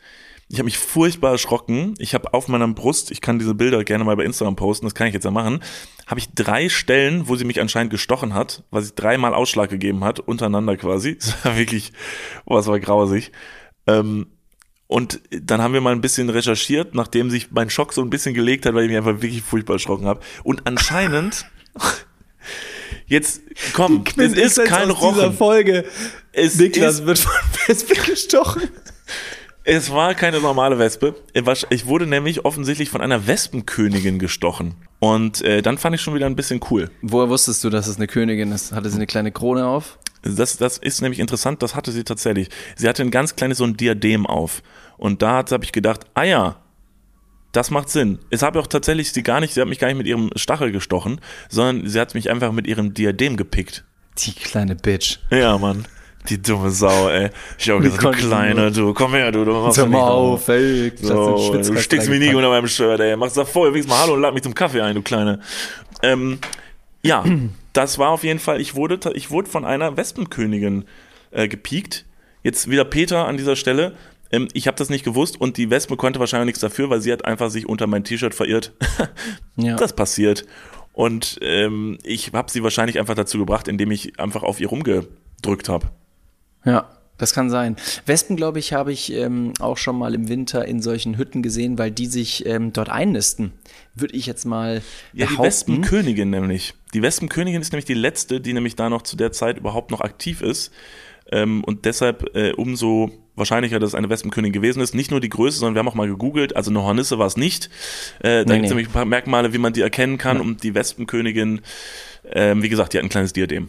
Ich habe mich furchtbar erschrocken. Ich habe auf meiner Brust, ich kann diese Bilder gerne mal bei Instagram posten, das kann ich jetzt ja machen, habe ich drei Stellen, wo sie mich anscheinend gestochen hat, weil sie dreimal Ausschlag gegeben hat, untereinander quasi. Das war wirklich, boah, das war grausig. Ähm, und dann haben wir mal ein bisschen recherchiert, nachdem sich mein Schock so ein bisschen gelegt hat, weil ich mich einfach wirklich furchtbar erschrocken habe. Und anscheinend, jetzt, komm, es ist kein Rochen. Dieser Folge. Es Niklas ist, wird von Wespe gestochen. Es war keine normale Wespe. Ich wurde nämlich offensichtlich von einer Wespenkönigin gestochen. Und äh, dann fand ich schon wieder ein bisschen cool. Woher wusstest du, dass es eine Königin ist? Hatte sie eine kleine Krone auf? Das, das ist nämlich interessant, das hatte sie tatsächlich. Sie hatte ein ganz kleines so ein Diadem auf. Und da habe ich gedacht, ah ja, das macht Sinn. Es habe auch tatsächlich sie gar nicht, sie hat mich gar nicht mit ihrem Stachel gestochen, sondern sie hat mich einfach mit ihrem Diadem gepickt. Die kleine Bitch. Ja, Mann. Die dumme Sau, ey. Ich hab auch gesagt, du Kleiner, du, komm her, du, du machst Hör mal nicht auf, ey. so, du stickst mich nicht unter meinem Shirt, ey. Machst da vorher wenigstens mal Hallo und lad mich zum Kaffee ein, du Kleine. Ähm, ja, das war auf jeden Fall, ich wurde, ich wurde von einer Wespenkönigin äh, gepiekt. Jetzt wieder Peter an dieser Stelle. Ähm, ich habe das nicht gewusst und die Wespe konnte wahrscheinlich nichts dafür, weil sie hat einfach sich unter mein T-Shirt verirrt. Ja. Das passiert. Und ähm, ich habe sie wahrscheinlich einfach dazu gebracht, indem ich einfach auf ihr rumgedrückt habe. Ja, das kann sein. Wespen, glaube ich, habe ich ähm, auch schon mal im Winter in solchen Hütten gesehen, weil die sich ähm, dort einnisten. Würde ich jetzt mal ja, behaupten. Die Wespenkönigin nämlich. Die Wespenkönigin ist nämlich die letzte, die nämlich da noch zu der Zeit überhaupt noch aktiv ist. Ähm, und deshalb äh, umso wahrscheinlicher, dass es eine Wespenkönigin gewesen ist. Nicht nur die Größe, sondern wir haben auch mal gegoogelt. Also eine Hornisse war es nicht. Äh, da nee, gibt es nee. nämlich ein paar Merkmale, wie man die erkennen kann. Ja. Und die Wespenkönigin, äh, wie gesagt, die hat ein kleines Diadem.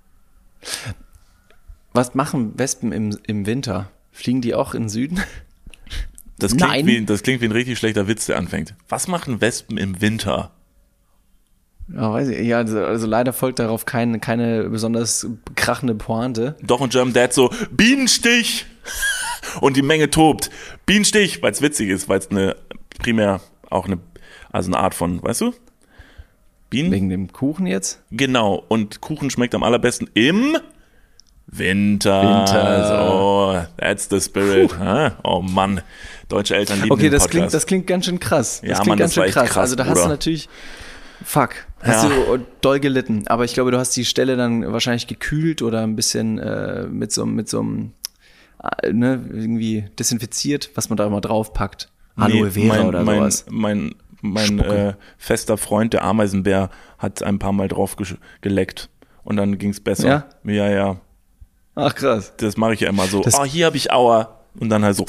Was machen Wespen im, im Winter? Fliegen die auch in den Süden? Das klingt, wie, das klingt wie ein richtig schlechter Witz, der anfängt. Was machen Wespen im Winter? Ja, weiß ich. Ja, also, also leider folgt darauf kein, keine besonders krachende Pointe. Doch, und German Dad so, Bienenstich! Und die Menge tobt. Bienenstich, weil es witzig ist, weil es eine, primär auch eine, also eine Art von, weißt du? Bienen? Wegen dem Kuchen jetzt? Genau, und Kuchen schmeckt am allerbesten im Winter. Winter. So, that's the spirit. Huh? Oh Mann, deutsche Eltern lieben okay, den das Podcast. klingt, das klingt ganz schön krass. Das ja, klingt Mann, ganz das war schön echt krass. krass. Also da hast Bruder. du natürlich, fuck, hast Ja. du doll gelitten. Aber ich glaube, du hast die Stelle dann wahrscheinlich gekühlt oder ein bisschen äh, mit so mit so einem, äh, ne, irgendwie desinfiziert, was man da immer draufpackt. Aloe Nee, Vera mein, oder mein, sowas. Mein, mein äh, fester Freund, der Ameisenbär, hat ein paar Mal drauf ge- geleckt. Und dann ging's besser. Ja? Ja, ja. Ach krass. Das mache ich ja immer so. Das- Oh, hier habe ich Aua. Und dann halt so.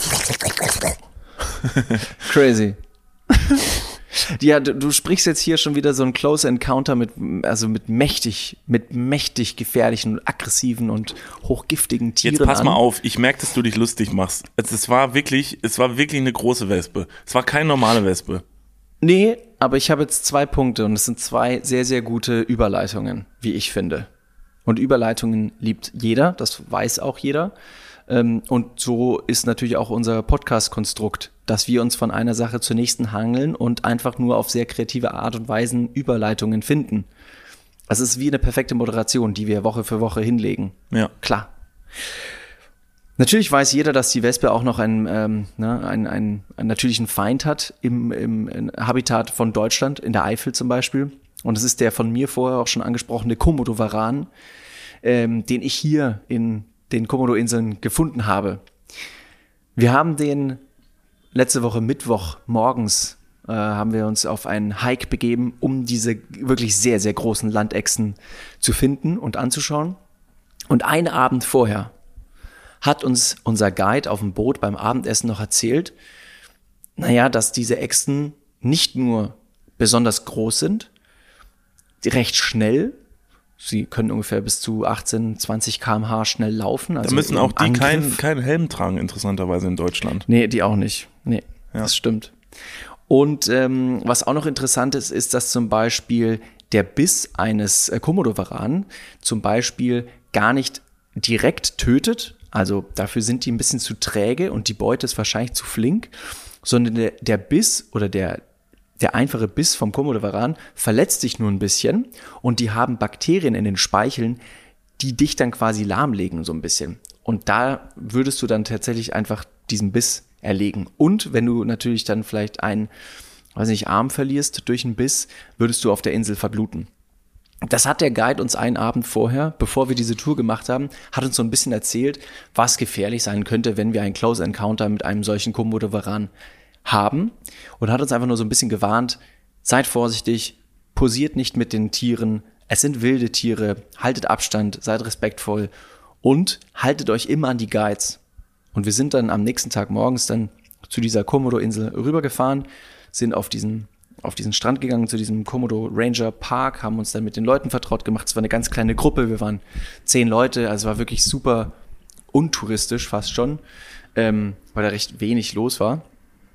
Crazy. Ja, du, du sprichst jetzt hier schon wieder so ein Close Encounter mit, also mit mächtig, mit mächtig gefährlichen, aggressiven und hochgiftigen Tieren Jetzt pass an. mal auf, ich merke, dass du dich lustig machst. Es, es war wirklich, es war wirklich eine große Wespe. Es war keine normale Wespe. Nee, aber ich habe jetzt zwei Punkte und es sind zwei sehr, sehr gute Überleitungen, wie ich finde. Und Überleitungen liebt jeder, das weiß auch jeder. Ähm, und so ist natürlich auch unser Podcast-Konstrukt, dass wir uns von einer Sache zur nächsten hangeln und einfach nur auf sehr kreative Art und Weise Überleitungen finden. Es ist wie eine perfekte Moderation, die wir Woche für Woche hinlegen. Ja. Klar. Natürlich weiß jeder, dass die Wespe auch noch einen, ähm, ne, einen, einen, einen natürlichen Feind hat im, im, im Habitat von Deutschland, in der Eifel zum Beispiel. Und das ist der von mir vorher auch schon angesprochene Komodo-Varan, ähm, den ich hier in den Komodo-Inseln gefunden habe. Wir haben den letzte Woche Mittwoch morgens äh, haben wir uns auf einen Hike begeben, um diese wirklich sehr, sehr großen Landechsen zu finden und anzuschauen. Und einen Abend vorher hat uns unser Guide auf dem Boot beim Abendessen noch erzählt, naja, dass diese Echsen nicht nur besonders groß sind, die recht schnell, sie können ungefähr bis zu achtzehn, zwanzig Kilometer pro Stunde schnell laufen. Also Da müssen auch die im keinen Angriff. keinen Helm tragen, interessanterweise in Deutschland. Nee, die auch nicht. Nee, Ja. das stimmt. Und ähm, was auch noch interessant ist, ist, dass zum Beispiel der Biss eines äh, Komodo-Varan zum Beispiel gar nicht direkt tötet, also dafür sind die ein bisschen zu träge und die Beute ist wahrscheinlich zu flink, sondern der, der Biss oder der, der einfache Biss vom Komodo-Varan verletzt dich nur ein bisschen und die haben Bakterien in den Speicheln, die dich dann quasi lahmlegen so ein bisschen. Und da würdest du dann tatsächlich einfach diesen Biss erlegen. Und wenn du natürlich dann vielleicht einen, weiß nicht, Arm verlierst durch einen Biss, würdest du auf der Insel verbluten. Das hat der Guide uns einen Abend vorher, bevor wir diese Tour gemacht haben, hat uns so ein bisschen erzählt, was gefährlich sein könnte, wenn wir einen Close Encounter mit einem solchen Komodo-Varan haben, und hat uns einfach nur so ein bisschen gewarnt, seid vorsichtig, posiert nicht mit den Tieren, es sind wilde Tiere, haltet Abstand, seid respektvoll und haltet euch immer an die Guides. Und wir sind dann am nächsten Tag morgens dann zu dieser Komodo-Insel rübergefahren, sind auf diesen auf diesen Strand gegangen, zu diesem Komodo Ranger Park, haben uns dann mit den Leuten vertraut gemacht. Es war eine ganz kleine Gruppe, wir waren zehn Leute, also war wirklich super untouristisch fast schon, ähm, weil da recht wenig los war.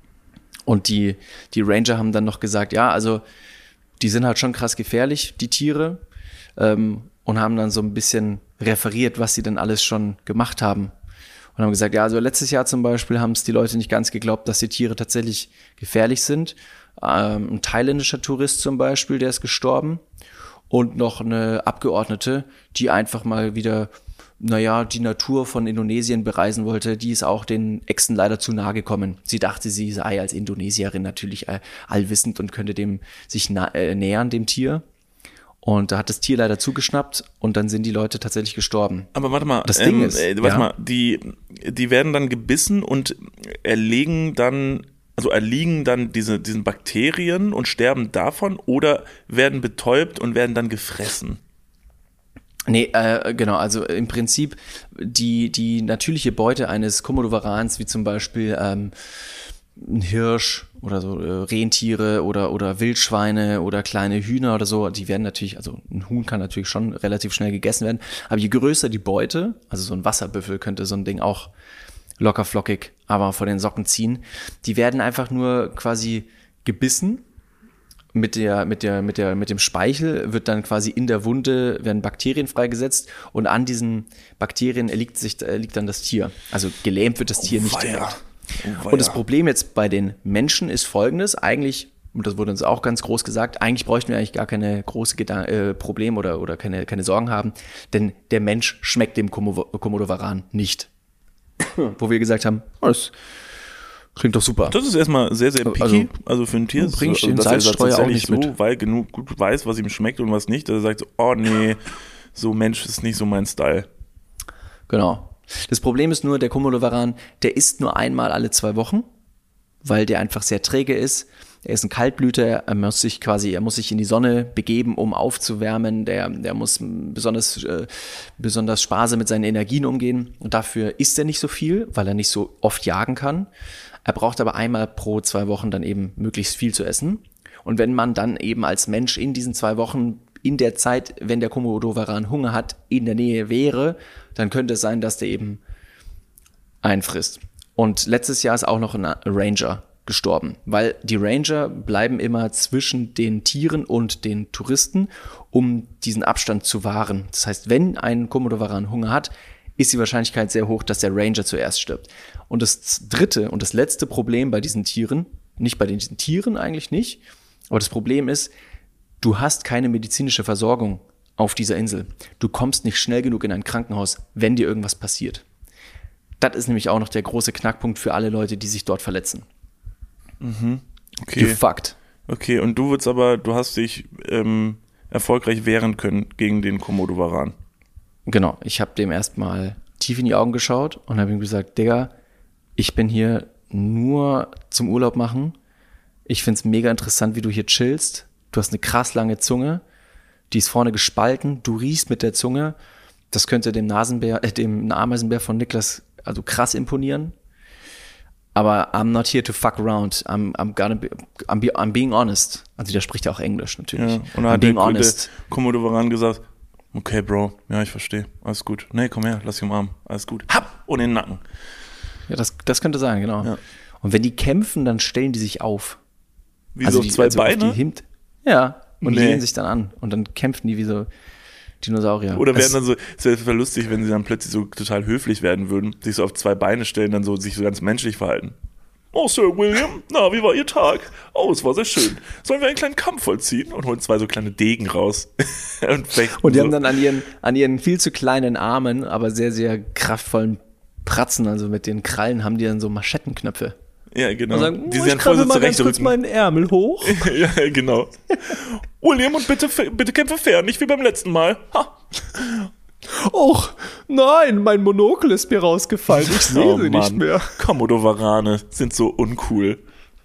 Und die, die Ranger haben dann noch gesagt, ja, also die sind halt schon krass gefährlich, die Tiere, ähm, und haben dann so ein bisschen referiert, was sie denn alles schon gemacht haben. Und haben gesagt, ja, also letztes Jahr zum Beispiel haben es die Leute nicht ganz geglaubt, dass die Tiere tatsächlich gefährlich sind. Ähm, ein thailändischer Tourist zum Beispiel, der ist gestorben. Und noch eine Abgeordnete, die einfach mal wieder, naja, die Natur von Indonesien bereisen wollte, die ist auch den Echsen leider zu nahe gekommen. Sie dachte, sie sei als Indonesierin natürlich allwissend und könnte dem sich na- äh, nähern, dem Tier. Und da hat das Tier leider zugeschnappt und dann sind die Leute tatsächlich gestorben. Aber warte mal, das ähm, Ding ist, äh, warte ja? mal, die, die werden dann gebissen und erlegen dann, also erliegen dann diese, diesen Bakterien und sterben davon oder werden betäubt und werden dann gefressen? Nee, äh, genau, also im Prinzip die, die natürliche Beute eines Komodo-Varans, wie zum Beispiel ähm, ein Hirsch oder so äh, Rentiere oder, oder Wildschweine oder kleine Hühner oder so, die werden natürlich, also ein Huhn kann natürlich schon relativ schnell gegessen werden, aber je größer die Beute, also so ein Wasserbüffel könnte so ein Ding auch locker flockig, aber vor den Socken ziehen, die werden einfach nur quasi gebissen. Mit der, mit der, mit der, mit dem Speichel wird dann quasi in der Wunde werden Bakterien freigesetzt und an diesen Bakterien liegt sich, liegt dann das Tier. Also gelähmt wird das Tier Oh, nicht weia. direkt. Oh, und das Problem jetzt bei den Menschen ist folgendes, eigentlich, und das wurde uns auch ganz groß gesagt, eigentlich bräuchten wir eigentlich gar keine große Gedan- äh, Probleme oder, oder keine, keine Sorgen haben, denn der Mensch schmeckt dem Komodo-Varan nicht. Wo wir gesagt haben, oh, das klingt doch super. Das ist erstmal sehr, sehr picky, also, also für ein Tier. bring ich den dass er Salzstreuer auch tatsächlich nicht so, mit. weil genug gut weiß, was ihm schmeckt und was nicht, dass er sagt so, oh nee, so Mensch ist nicht so mein Style. Genau. Das Problem ist nur, der Komodo-Varan, der isst nur einmal alle zwei Wochen, weil der einfach sehr träge ist. Er ist ein Kaltblüter, er muss sich quasi, er muss sich in die Sonne begeben, um aufzuwärmen. Der, der muss besonders, äh, besonders sparsam mit seinen Energien umgehen. Und dafür isst er nicht so viel, weil er nicht so oft jagen kann. Er braucht aber einmal pro zwei Wochen dann eben möglichst viel zu essen. Und wenn man dann eben als Mensch in diesen zwei Wochen, in der Zeit, wenn der Komodo-Varan Hunger hat, in der Nähe wäre, dann könnte es sein, dass der eben einfrisst. Und letztes Jahr ist auch noch ein Ranger gestorben, weil die Ranger bleiben immer zwischen den Tieren und den Touristen, um diesen Abstand zu wahren. Das heißt, wenn ein Komodo-Varan Hunger hat, ist die Wahrscheinlichkeit sehr hoch, dass der Ranger zuerst stirbt. Und das dritte und das letzte Problem bei diesen Tieren, nicht bei diesen Tieren eigentlich nicht, aber das Problem ist, du hast keine medizinische Versorgung auf dieser Insel. Du kommst nicht schnell genug in ein Krankenhaus, wenn dir irgendwas passiert. Das ist nämlich auch noch der große Knackpunkt für alle Leute, die sich dort verletzen. Mhm. Okay. You fucked. Okay, und du würdest aber, du hast dich ähm, erfolgreich wehren können gegen den Komodo-Varan. Genau, ich habe dem erstmal tief in die Augen geschaut und habe ihm gesagt, Digga, ich bin hier nur zum Urlaub machen. Ich find's mega interessant, wie du hier chillst. Du hast eine krass lange Zunge, die ist vorne gespalten, du riechst mit der Zunge. Das könnte dem Nasenbär, äh, dem Ameisenbär von Niklas also krass imponieren. Aber I'm not here to fuck around. I'm, I'm, gonna be, I'm, be, I'm being honest. Also der spricht ja auch Englisch natürlich. Ja, und dann hat der, der Komodo-Varan gesagt, okay, Bro, ja, ich verstehe, alles gut. Nee, komm her, lass dich umarmen, alles gut. Hab! Und in den Nacken. Ja, das, das könnte sein, genau. Ja. Und wenn die kämpfen, dann stellen die sich auf. Wie also so die, zwei also Beine? Auf die Hint- ja, und Nee. lehnen sich dann an. Und dann kämpfen die wie so Dinosaurier. Oder werden Es- dann so, es wäre voll lustig, wenn sie dann plötzlich so total höflich werden würden, sich so auf zwei Beine stellen, dann so sich so ganz menschlich verhalten. Oh, Sir William, na, wie war Ihr Tag? Oh, es war sehr schön. Sollen wir einen kleinen Kampf vollziehen? Und holen zwei so kleine Degen raus. und fechten Und die so. haben dann an ihren, an ihren viel zu kleinen Armen, aber sehr, sehr kraftvollen Pratzen, also mit den Krallen, haben die dann so Maschettenknöpfe. Ja, genau. Und sagen, die oh, sie ich dann voll so krabbel mal ganz kurz zurechtrücken. meinen Ärmel hoch. Ja, genau. William, und bitte, bitte kämpfe fair, nicht wie beim letzten Mal. Ha. Och, nein, mein Monokel ist mir rausgefallen. Ich sehe Oh, sie nicht Mann. mehr. Komodo-Warane sind so uncool.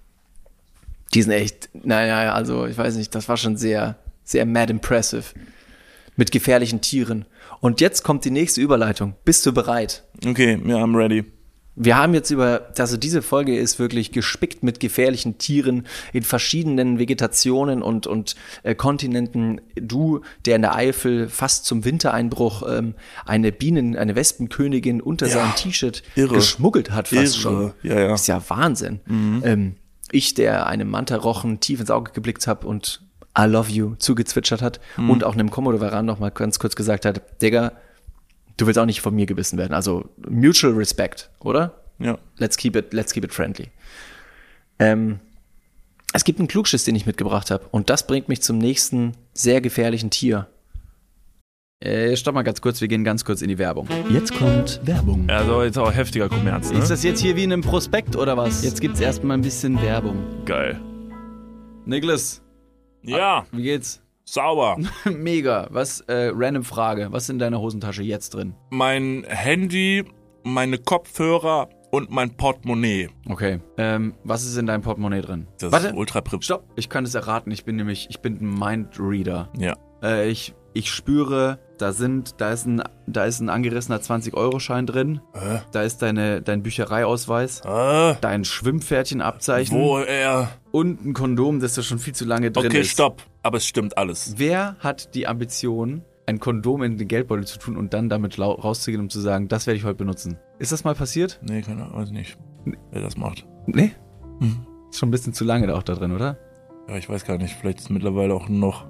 Die sind echt, naja, also ich weiß nicht, das war schon sehr, sehr mad impressive. Mit gefährlichen Tieren. Und jetzt kommt die nächste Überleitung. Bist du bereit? Okay, ja, I'm ready. Wir haben jetzt über, also diese Folge ist wirklich gespickt mit gefährlichen Tieren in verschiedenen Vegetationen und, und äh, Kontinenten. Du, der in der Eifel fast zum Wintereinbruch ähm, eine Bienen-, eine Wespenkönigin unter Ja, seinem T-Shirt irre. geschmuggelt hat fast Irre. schon. Ja, ja. Ist ja Wahnsinn. Ähm, ich, der einem Mantarochen tief ins Auge geblickt habe und I love you zugezwitschert hat und auch einem Komodo-Varan noch mal ganz kurz gesagt hat, Digga, du willst auch nicht von mir gebissen werden. Also mutual respect, oder? Ja. Let's keep it, let's keep it friendly. Ähm, es gibt einen Klugschiss, den ich mitgebracht habe. Und das bringt mich zum nächsten sehr gefährlichen Tier. Äh, stopp mal ganz kurz, wir gehen ganz kurz in die Werbung. Jetzt kommt Werbung. Also jetzt auch heftiger Kommerz, ne? Ist das jetzt hier wie in einem Prospekt oder was? Jetzt gibt's erstmal ein bisschen Werbung. Geil. Niklas, Ja, wie geht's? sauber. Mega. Was, äh, random Frage. Was ist in deiner Hosentasche jetzt drin? Mein Handy, meine Kopfhörer und mein Portemonnaie. Okay. Ähm, was ist in deinem Portemonnaie drin? Das Warte. ist ultra prip. Stopp. Ich kann es erraten. Ich bin nämlich, ich bin ein Mindreader. Ja. Äh, ich, ich spüre, da sind, da ist ein, da ist ein angerissener zwanzig-Euro-Schein drin. Hä? Da ist deine, dein Büchereiausweis. Äh, Dein Schwimmpferdchenabzeichen. wo er... Und ein Kondom, das da schon viel zu lange drin Okay, ist. stopp. Aber es stimmt alles. Wer hat die Ambition, ein Kondom in den Geldbeutel zu tun und dann damit lau- rauszugehen, um zu sagen, das werde ich heute benutzen? Ist das mal passiert? Nee, keine Ahnung, weiß nicht, wer das macht. Nee. Hm. Ist schon ein bisschen zu lange da auch da drin, oder? Ja, ich weiß gar nicht. Vielleicht ist mittlerweile auch noch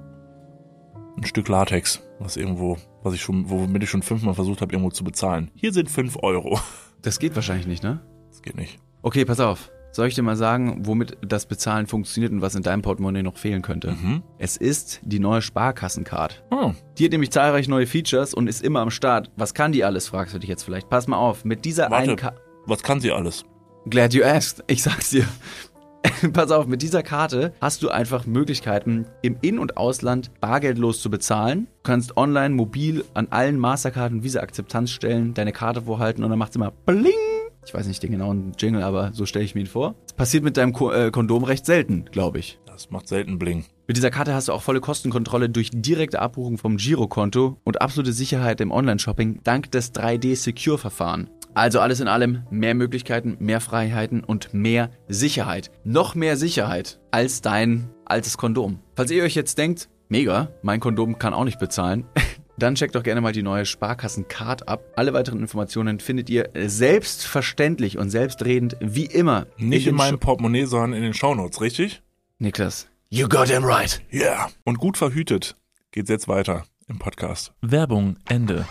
ein Stück Latex, was irgendwo, was ich schon, womit ich schon fünfmal versucht habe, irgendwo zu bezahlen. Hier sind fünf Euro. Das geht wahrscheinlich nicht, ne? Das geht nicht. Okay, pass auf. Soll ich dir mal sagen, womit das Bezahlen funktioniert und was in deinem Portemonnaie noch fehlen könnte? Mhm. Es ist die neue Sparkassencard. Hm. Die hat nämlich zahlreiche neue Features und ist immer am Start. Was kann die alles, fragst du dich jetzt vielleicht. Pass mal auf, mit dieser Warte, einen Karte... was kann sie alles? Glad you asked. Ich sag's dir. Pass auf, mit dieser Karte hast du einfach Möglichkeiten, im In- und Ausland bargeldlos zu bezahlen. Du kannst online, mobil an allen Mastercard- und Visa-Akzeptanzstellen deine Karte vorhalten und dann macht's immer Bling. Ich weiß nicht den genauen Jingle, aber so stelle ich mir ihn vor. Das passiert mit deinem Ko- äh, Kondom recht selten, glaube ich. Das macht selten Bling. Mit dieser Karte hast du auch volle Kostenkontrolle durch direkte Abbuchung vom Girokonto und absolute Sicherheit im Online-Shopping dank des drei D-Secure-Verfahren. Also alles in allem mehr Möglichkeiten, mehr Freiheiten und mehr Sicherheit. Noch mehr Sicherheit als dein altes Kondom. Falls ihr euch jetzt denkt, mega, mein Kondom kann auch nicht bezahlen, dann checkt doch gerne mal die neue Sparkassen-Card ab. Alle weiteren Informationen findet ihr selbstverständlich und selbstredend wie immer. Nicht in den meinem Sh- Portemonnaie, sondern in den Shownotes, richtig? Niklas, you got him right. Ja. Yeah. Und gut verhütet geht's jetzt weiter im Podcast. Werbung, Ende.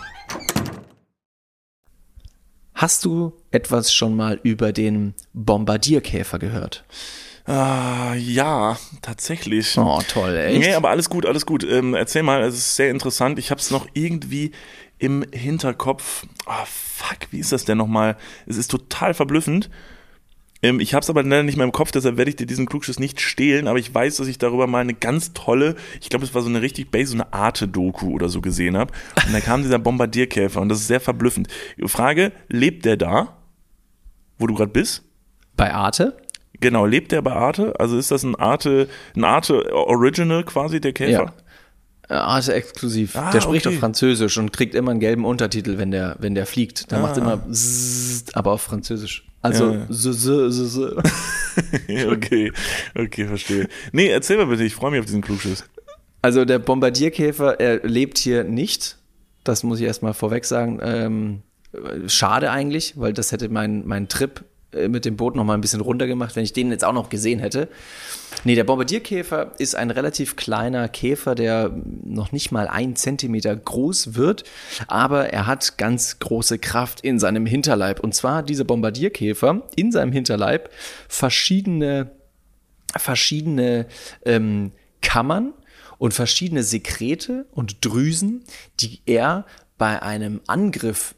Hast du etwas schon mal über den Bombardierkäfer gehört? Ah, ja, tatsächlich. Oh, toll, echt? Nee, aber alles gut, alles gut. Ähm, erzähl mal, es ist sehr interessant. Ich habe es noch irgendwie im Hinterkopf. Ah, fuck, wie ist das denn nochmal? Es ist total verblüffend. Ähm, ich habe es aber leider nicht mehr im Kopf, deshalb werde ich dir diesen Klugschiss nicht stehlen, aber ich weiß, dass ich darüber mal eine ganz tolle, ich glaube, es war so eine richtig base, so eine Arte-Doku oder so gesehen habe. Und da kam dieser Bombardierkäfer und das ist sehr verblüffend. Frage, lebt der da, wo du gerade bist? Bei Arte? Genau, lebt der bei Arte? Also ist das ein Arte, ein Arte Original quasi, der Käfer? Ja. Arte exklusiv. Ah, der spricht okay. auf Französisch und kriegt immer einen gelben Untertitel, wenn der, wenn der fliegt. Der Ah. macht immer Zzzzt, aber auf Französisch. Also Ja. z, z, z, z. Okay, okay, verstehe. Nee, erzähl mal bitte, ich freue mich auf diesen Klugschiss. Also der Bombardierkäfer, er lebt hier nicht. Das muss ich erstmal vorweg sagen. Ähm, schade eigentlich, weil das hätte mein, mein Trip mit dem Boot noch mal ein bisschen runtergemacht, wenn ich den jetzt auch noch gesehen hätte. Nee, der Bombardierkäfer ist ein relativ kleiner Käfer, der noch nicht mal ein Zentimeter groß wird, aber er hat ganz große Kraft in seinem Hinterleib. Und zwar hat dieser Bombardierkäfer in seinem Hinterleib verschiedene, verschiedene ähm, Kammern und verschiedene Sekrete und Drüsen, die er bei einem Angriff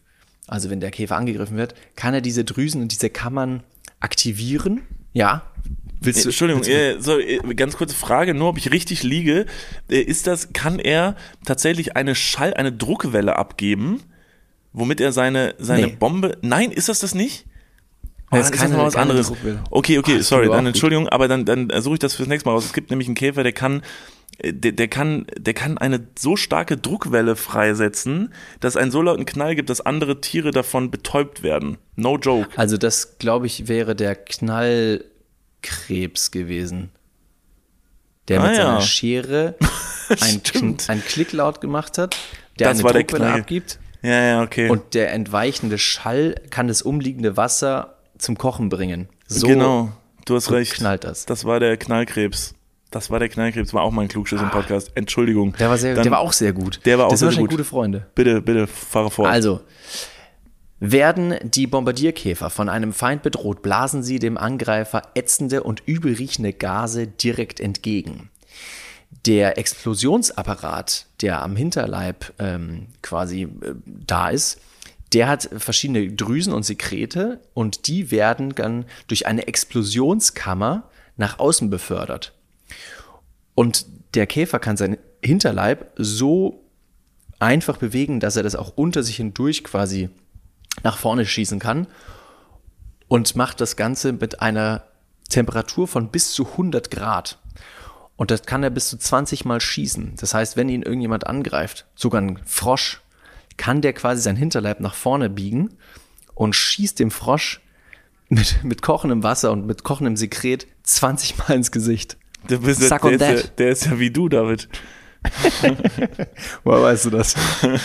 also wenn der Käfer angegriffen wird, kann er diese Drüsen und diese Kammern aktivieren. Ja. Willst du, Entschuldigung, willst du, äh, so, ganz kurze Frage, nur ob ich richtig liege. Äh, ist das, kann er tatsächlich eine Schall, eine Druckwelle abgeben, womit er seine, seine nee. Bombe. Nein, ist das das nicht? Oh, das ist keine, was anderes. Okay, okay, Ach, sorry, dann Entschuldigung, aber dann, dann suche ich das fürs nächste Mal raus. Es gibt nämlich einen Käfer, der kann, der, der kann, der kann eine so starke Druckwelle freisetzen, dass es einen so lauten Knall gibt, dass andere Tiere davon betäubt werden. No joke. Also das, glaube ich, wäre der Knallkrebs gewesen, der ah, mit ja. seiner Schere ein, ein Klicklaut gemacht hat, der das eine war Druckwelle der Knall. abgibt. Ja, ja, okay. Und der entweichende Schall kann das umliegende Wasser zum Kochen bringen. So genau, du hast recht. Knallt das. Das war der Knallkrebs. Das war der Knallkrebs, war auch mein Klugschiss im Podcast. Entschuldigung. Der war, sehr, Dann, der war auch sehr gut. Der war auch das sehr sind gut. gute Freunde. Bitte, bitte, fahre fort. Also, werden die Bombardierkäfer von einem Feind bedroht, blasen sie dem Angreifer ätzende und übelriechende Gase direkt entgegen. Der Explosionsapparat, der am Hinterleib ähm, quasi äh, da ist, der hat verschiedene Drüsen und Sekrete und die werden dann durch eine Explosionskammer nach außen befördert. Und der Käfer kann seinen Hinterleib so einfach bewegen, dass er das auch unter sich hindurch quasi nach vorne schießen kann und macht das Ganze mit einer Temperatur von bis zu hundert Grad. Und das kann er bis zu zwanzig Mal schießen. Das heißt, wenn ihn irgendjemand angreift, sogar ein Frosch, kann der quasi sein Hinterleib nach vorne biegen und schießt dem Frosch mit, mit kochendem Wasser und mit kochendem Sekret zwanzig Mal ins Gesicht. Du bist Suck der, on der, that. ist ja, der ist ja wie du, David. Woher weißt du das?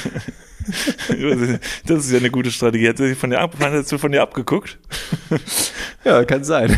Das ist ja eine gute Strategie. Hat sie von dir, ab, hast du von dir abgeguckt? Ja, kann sein.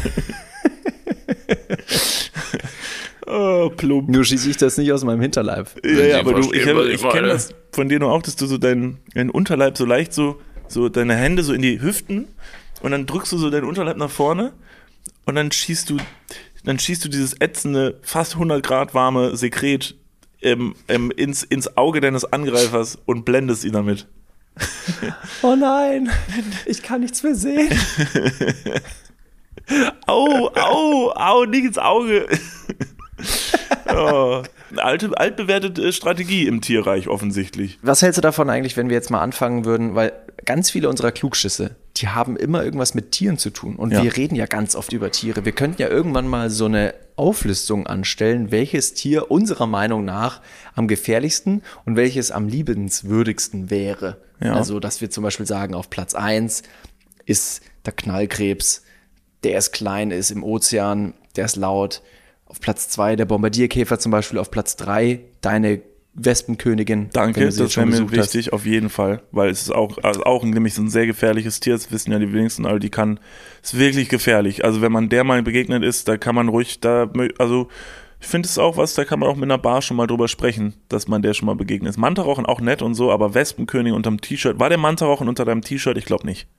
Oh, plump. Nur schieße ich das nicht aus meinem Hinterleib. Ja, ja, aber du, ich, ich kenne das von dir nur auch, dass du so deinen, deinen Unterleib so leicht so, so deine Hände so in die Hüften und dann drückst du so deinen Unterleib nach vorne und dann schießt du, dann schießt du dieses ätzende, fast hundert Grad warme Sekret ähm, ähm, ins, ins Auge deines Angreifers und blendest ihn damit. Oh nein, ich kann nichts mehr sehen. Au, au, au, nicht ins Auge. Oh, alte, altbewährte Strategie im Tierreich offensichtlich. Was hältst du davon eigentlich, wenn wir jetzt mal anfangen würden, weil ganz viele unserer Klugschüsse, die haben immer irgendwas mit Tieren zu tun und ja. wir reden ja ganz oft über Tiere. Wir könnten ja irgendwann mal so eine Auflistung anstellen, welches Tier unserer Meinung nach am gefährlichsten und welches am liebenswürdigsten wäre. Ja. Also, dass wir zum Beispiel sagen, auf Platz eins ist der Knallkrebs, der ist klein, ist im Ozean, der ist laut. Auf Platz zwei der Bombardierkäfer zum Beispiel, auf Platz drei deine Wespenkönigin. Danke, das wäre mir wichtig, hast. Auf jeden Fall, weil es ist auch, also auch nämlich so ein sehr gefährliches Tier, das wissen ja die wenigsten, aber die kann, ist wirklich gefährlich. Also wenn man der mal begegnet ist, da kann man ruhig, da, also ich finde es auch was, da kann man auch mit einer Bar schon mal drüber sprechen, dass man der schon mal begegnet ist. Mantarauchen auch nett und so, aber Wespenkönigin unterm T-Shirt, war der Mantarauchen unter deinem T-Shirt? Ich glaube nicht.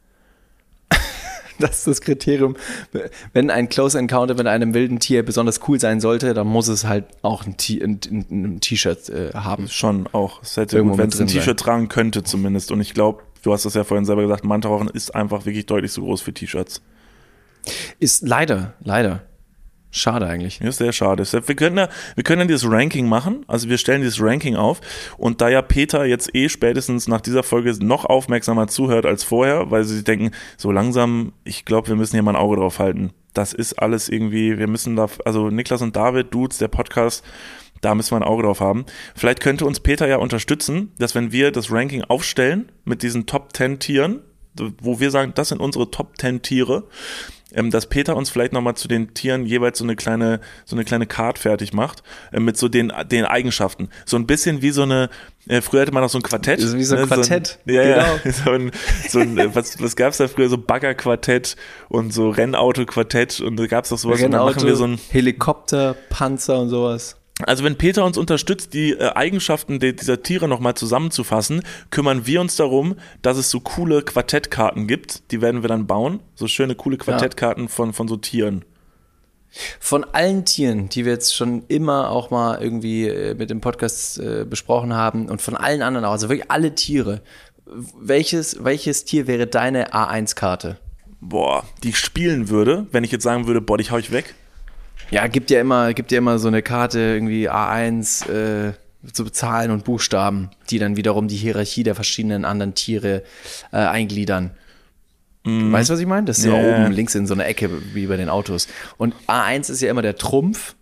Das ist das Kriterium. Wenn ein Close Encounter mit einem wilden Tier besonders cool sein sollte, dann muss es halt auch ein, T- ein, ein T-Shirt äh, haben. Schon auch. Es hätte gut, wenn es ein T-Shirt sein. tragen könnte zumindest. Und ich glaube, du hast das ja vorhin selber gesagt, Mantarauchen ist einfach wirklich deutlich zu groß für T-Shirts. Ist leider, leider. Schade eigentlich. Ja, sehr schade. Wir können ja, wir können ja dieses Ranking machen, also wir stellen dieses Ranking auf und da ja Peter jetzt eh spätestens nach dieser Folge noch aufmerksamer zuhört als vorher, weil sie denken, so langsam, ich glaube, wir müssen hier mal ein Auge drauf halten. Das ist alles irgendwie, wir müssen da, also Niklas und David, Dudes, der Podcast, da müssen wir ein Auge drauf haben. Vielleicht könnte uns Peter ja unterstützen, dass wenn wir das Ranking aufstellen mit diesen Top zehn Tieren, wo wir sagen, das sind unsere Top zehn Tiere, dass Peter uns vielleicht nochmal zu den Tieren jeweils so eine kleine, so eine kleine Card fertig macht, äh, mit so den, den Eigenschaften. So ein bisschen wie so eine, äh, früher hatte man noch so ein Quartett. Das ist wie so ein ne? Quartett. So ein, ja, genau. ja. So ein, so ein, was, was gab's da früher? So Baggerquartett und so Rennauto-Quartett und da gab's doch sowas. Rennauto, und dann machen wir so ein Helikopter, Panzer und sowas. Also wenn Peter uns unterstützt, die äh, Eigenschaften de- dieser Tiere nochmal zusammenzufassen, kümmern wir uns darum, dass es so coole Quartettkarten gibt. Die werden wir dann bauen. So schöne, coole Quartettkarten ja. von, von so Tieren. Von allen Tieren, die wir jetzt schon immer auch mal irgendwie äh, mit dem Podcast äh, besprochen haben und von allen anderen auch, also wirklich alle Tiere, welches, welches Tier wäre deine A eins Karte? Boah, die ich spielen würde, wenn ich jetzt sagen würde, boah, dich hau ich weg. Ja, gibt ja immer, gibt ja immer so eine Karte, irgendwie A eins, äh, so Zahlen und Buchstaben, die dann wiederum die Hierarchie der verschiedenen anderen Tiere äh, eingliedern. Mhm. Weißt du, was ich meine? Das ist ja Yeah. oben links in so einer Ecke, wie bei den Autos. Und A eins ist ja immer der Trumpf.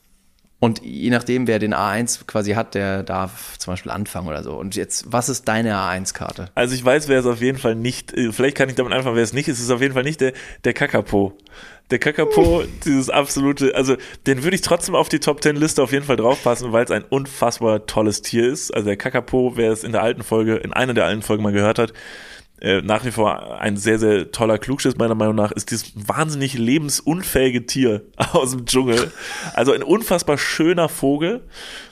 Und je nachdem, wer den A eins quasi hat, der darf zum Beispiel anfangen oder so. Und jetzt, was ist deine A eins Karte? Also ich weiß, wer es auf jeden Fall nicht, vielleicht kann ich damit anfangen, wer es nicht ist, es ist auf jeden Fall nicht der, der Kakapo. Der Kakapo, dieses absolute, also den würde ich trotzdem auf die Top Ten Liste auf jeden Fall draufpassen, weil es ein unfassbar tolles Tier ist. Also der Kakapo, wer es in der alten Folge, in einer der alten Folgen mal gehört hat, äh, nach wie vor ein sehr, sehr toller Klugschiss meiner Meinung nach, ist dieses wahnsinnig lebensunfähige Tier aus dem Dschungel. Also ein unfassbar schöner Vogel,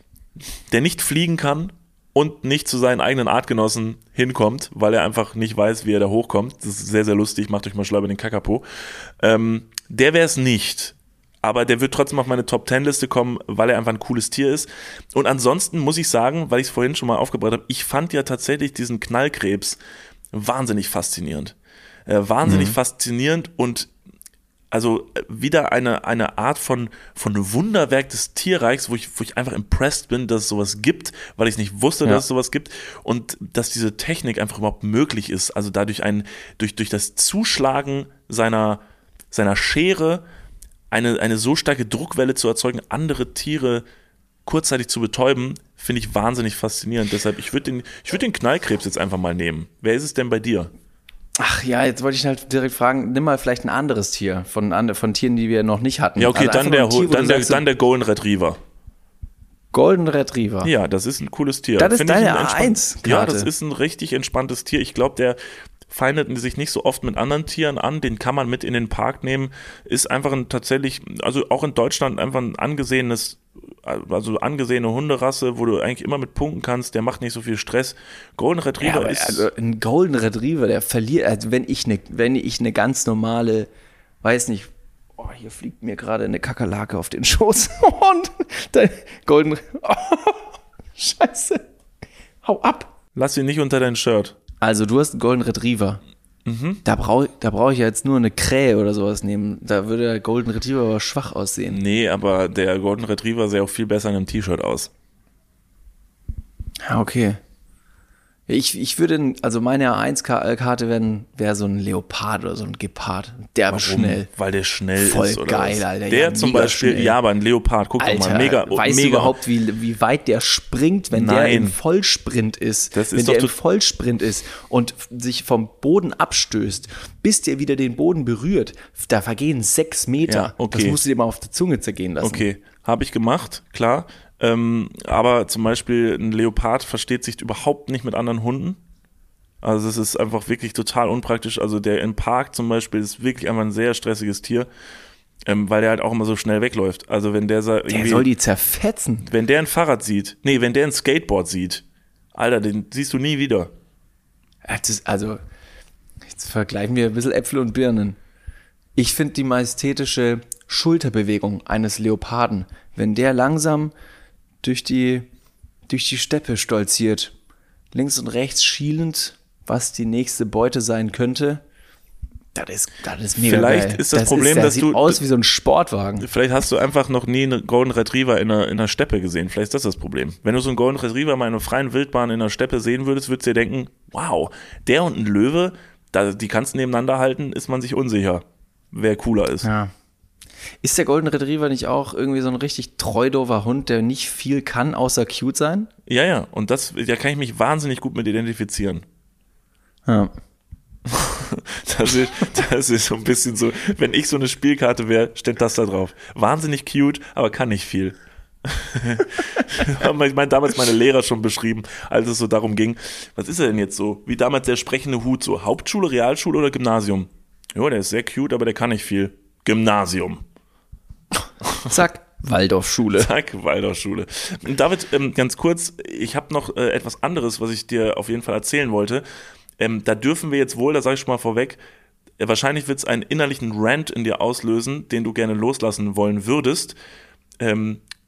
der nicht fliegen kann und nicht zu seinen eigenen Artgenossen hinkommt, weil er einfach nicht weiß, wie er da hochkommt. Das ist sehr, sehr lustig. Macht euch mal schlau über den Kakapo. Ähm, der wäre es nicht. Aber der wird trotzdem auf meine Top-Ten-Liste kommen, weil er einfach ein cooles Tier ist. Und ansonsten muss ich sagen, weil ich es vorhin schon mal aufgebracht habe, ich fand ja tatsächlich diesen Knallkrebs wahnsinnig faszinierend. Äh, wahnsinnig mhm. faszinierend und also wieder eine, eine Art von, von Wunderwerk des Tierreichs, wo ich, wo ich einfach impressed bin, dass es sowas gibt, weil ich es nicht wusste, ja. dass es sowas gibt und dass diese Technik einfach überhaupt möglich ist. Also dadurch ein, durch, durch das Zuschlagen seiner, seiner Schere eine, eine so starke Druckwelle zu erzeugen, andere Tiere kurzzeitig zu betäuben, finde ich wahnsinnig faszinierend. Deshalb, ich würde den, ich würde den Knallkrebs jetzt einfach mal nehmen. Wer ist es denn bei dir? Ach ja, jetzt wollte ich halt direkt fragen, nimm mal vielleicht ein anderes Tier von, von Tieren, die wir noch nicht hatten. Ja, okay, also dann, der, Tier, dann, der, sagst, dann der Golden Retriever. Golden Retriever? Ja, das ist ein cooles Tier. Das ist Find deine ein A eins Karte. Ja, das ist ein richtig entspanntes Tier. Ich glaube, der feindet sich nicht so oft mit anderen Tieren an, den kann man mit in den Park nehmen, ist einfach ein tatsächlich, also auch in Deutschland einfach ein angesehenes, also angesehene Hunderasse, wo du eigentlich immer mit punkten kannst, der macht nicht so viel Stress. Golden Retriever ja, ist... Also ein Golden Retriever, der verliert, also wenn ich eine, wenn ich eine ganz normale, weiß nicht, oh, hier fliegt mir gerade eine Kakerlake auf den Schoß und der Golden, oh, scheiße, hau ab. Lass ihn nicht unter dein Shirt. Also du hast einen Golden Retriever. Mhm. Da brauche da brauch ich ja jetzt nur eine Krähe oder sowas nehmen. Da würde der Golden Retriever aber schwach aussehen. Nee, aber der Golden Retriever sähe auch viel besser in einem T-Shirt aus. Ja, okay. Ich, ich würde, also meine A eins Karte wäre wär so ein Leopard oder so ein Gepard. Der war schnell. Weil der schnell Voll ist, oder geil, was? Alter. Der ja, zum Beispiel, schnell. ja, aber ein Leopard, guck Alter, doch mal, mega, weißt mega. du überhaupt, wie, wie weit der springt, wenn Nein. der im Vollsprint ist? Das ist wenn doch der im tot- Vollsprint ist und sich vom Boden abstößt, bis der wieder den Boden berührt, da vergehen sechs Meter. Ja, okay. Das musst du dir mal auf der Zunge zergehen lassen. Okay, habe ich gemacht, klar. Ähm, aber zum Beispiel ein Leopard versteht sich überhaupt nicht mit anderen Hunden. Also es ist einfach wirklich total unpraktisch. Also der im Park zum Beispiel ist wirklich einfach ein sehr stressiges Tier, ähm, weil der halt auch immer so schnell wegläuft. Also wenn der Der irgendwie, soll die zerfetzen. wenn der ein Fahrrad sieht, nee, wenn der ein Skateboard sieht, Alter, den siehst du nie wieder. Das ist, also, jetzt vergleichen wir ein bisschen Äpfel und Birnen. Ich finde die majestätische Schulterbewegung eines Leoparden, wenn der langsam durch die, durch die Steppe stolziert, links und rechts schielend, was die nächste Beute sein könnte, das ist, das ist mega Vielleicht geil. ist das Problem, der dass sieht du- aus wie so ein Sportwagen. Vielleicht hast du einfach noch nie einen Golden Retriever in einer, in einer Steppe gesehen. Vielleicht ist das das Problem. Wenn du so einen Golden Retriever mal in einer freien Wildbahn in einer Steppe sehen würdest, würdest du dir denken, wow, der und ein Löwe, da, die kannst du nebeneinander halten, ist man sich unsicher, wer cooler ist. Ja. Ist der Golden Retriever nicht auch irgendwie so ein richtig treudover Hund, der nicht viel kann, außer cute sein? Ja, ja, und das, da kann ich mich wahnsinnig gut mit identifizieren. Ja. Das ist, das ist so ein bisschen so, wenn ich so eine Spielkarte wäre, steht das da drauf. Wahnsinnig cute, aber kann nicht viel. Ich meine, damals meine Lehrer schon beschrieben, als es so darum ging, was ist er denn jetzt so? Wie damals der sprechende Hut, so Hauptschule, Realschule oder Gymnasium? Ja, der ist sehr cute, aber der kann nicht viel. Gymnasium. Zack, Waldorfschule. Zack, Waldorfschule. David, ähm, ganz kurz, ich habe noch äh, etwas anderes, was ich dir auf jeden Fall erzählen wollte. Ähm, da dürfen wir jetzt wohl, da sage ich schon mal vorweg, äh, wahrscheinlich wird es einen innerlichen Rant in dir auslösen, den du gerne loslassen wollen würdest. Ähm,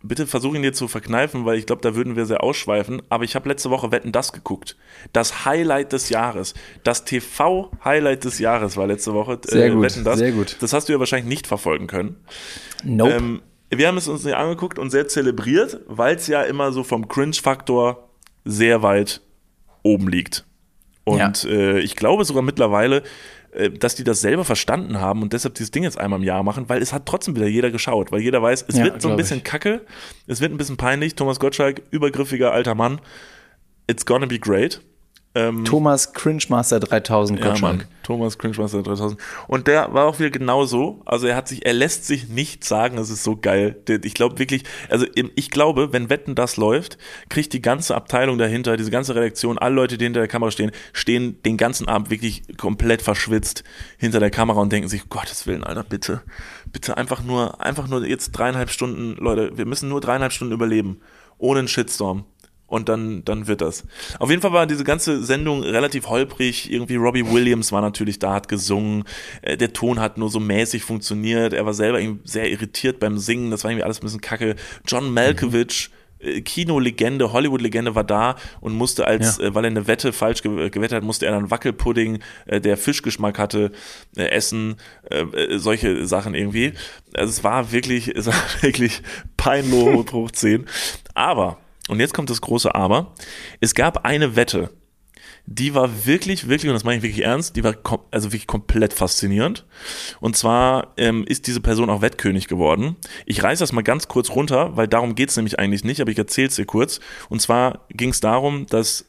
bitte versuche ihn dir zu verkneifen, weil ich glaube, da würden wir sehr ausschweifen. Aber ich habe letzte Woche Wetten, das geguckt. Das Highlight des Jahres. Das T V-Highlight des Jahres war letzte Woche. Sehr äh, gut, Wetten, das. sehr gut. Das hast du ja wahrscheinlich nicht verfolgen können. Nope. Ähm, wir haben es uns nicht angeguckt und sehr zelebriert, weil es ja immer so vom Cringe-Faktor sehr weit oben liegt. Und Ja. äh, ich glaube sogar mittlerweile, äh, dass die das selber verstanden haben und deshalb dieses Ding jetzt einmal im Jahr machen, weil es hat trotzdem wieder jeder geschaut, weil jeder weiß, es Ja, wird so ein glaub bisschen ich. kacke, es wird ein bisschen peinlich. Thomas Gottschalk, übergriffiger alter Mann, it's gonna be great. Ähm, Thomas Cringemaster dreitausend ja, Gottschalk. Mann, Thomas Cringemaster dreitausend. Und der war auch wieder genauso. Also er hat sich, er lässt sich nicht sagen, es ist so geil. Der, ich glaube wirklich, also ich glaube, wenn Wetten, das läuft, kriegt die ganze Abteilung dahinter, diese ganze Redaktion, alle Leute, die hinter der Kamera stehen, stehen den ganzen Abend wirklich komplett verschwitzt hinter der Kamera und denken sich, um Gottes Willen, Alter, bitte, bitte einfach nur, einfach nur jetzt dreieinhalb Stunden, Leute, wir müssen nur dreieinhalb Stunden überleben. Ohne einen Shitstorm. Und dann, dann wird das. Auf jeden Fall war diese ganze Sendung relativ holprig. Irgendwie Robbie Williams war natürlich da, hat gesungen. Äh, der Ton hat nur so mäßig funktioniert. Er war selber irgendwie sehr irritiert beim Singen. Das war irgendwie alles ein bisschen kacke. John Malkovich, äh, Kinolegende, Hollywood-Legende, war da und musste als, Ja. äh, weil er eine Wette falsch ge- gewettet hat, musste er dann Wackelpudding, äh, der Fischgeschmack hatte, äh, essen. Äh, äh, solche Sachen irgendwie. Also es war wirklich, es war wirklich peinlich hoch zehn. Aber und jetzt kommt das große Aber. Es gab eine Wette, die war wirklich, wirklich, und das meine ich wirklich ernst, die war kom- also wirklich komplett faszinierend. Und zwar ähm, ist diese Person auch Wettkönig geworden. Ich reiße das mal ganz kurz runter, weil darum geht es nämlich eigentlich nicht, aber ich erzähle es dir kurz. Und zwar ging es darum, dass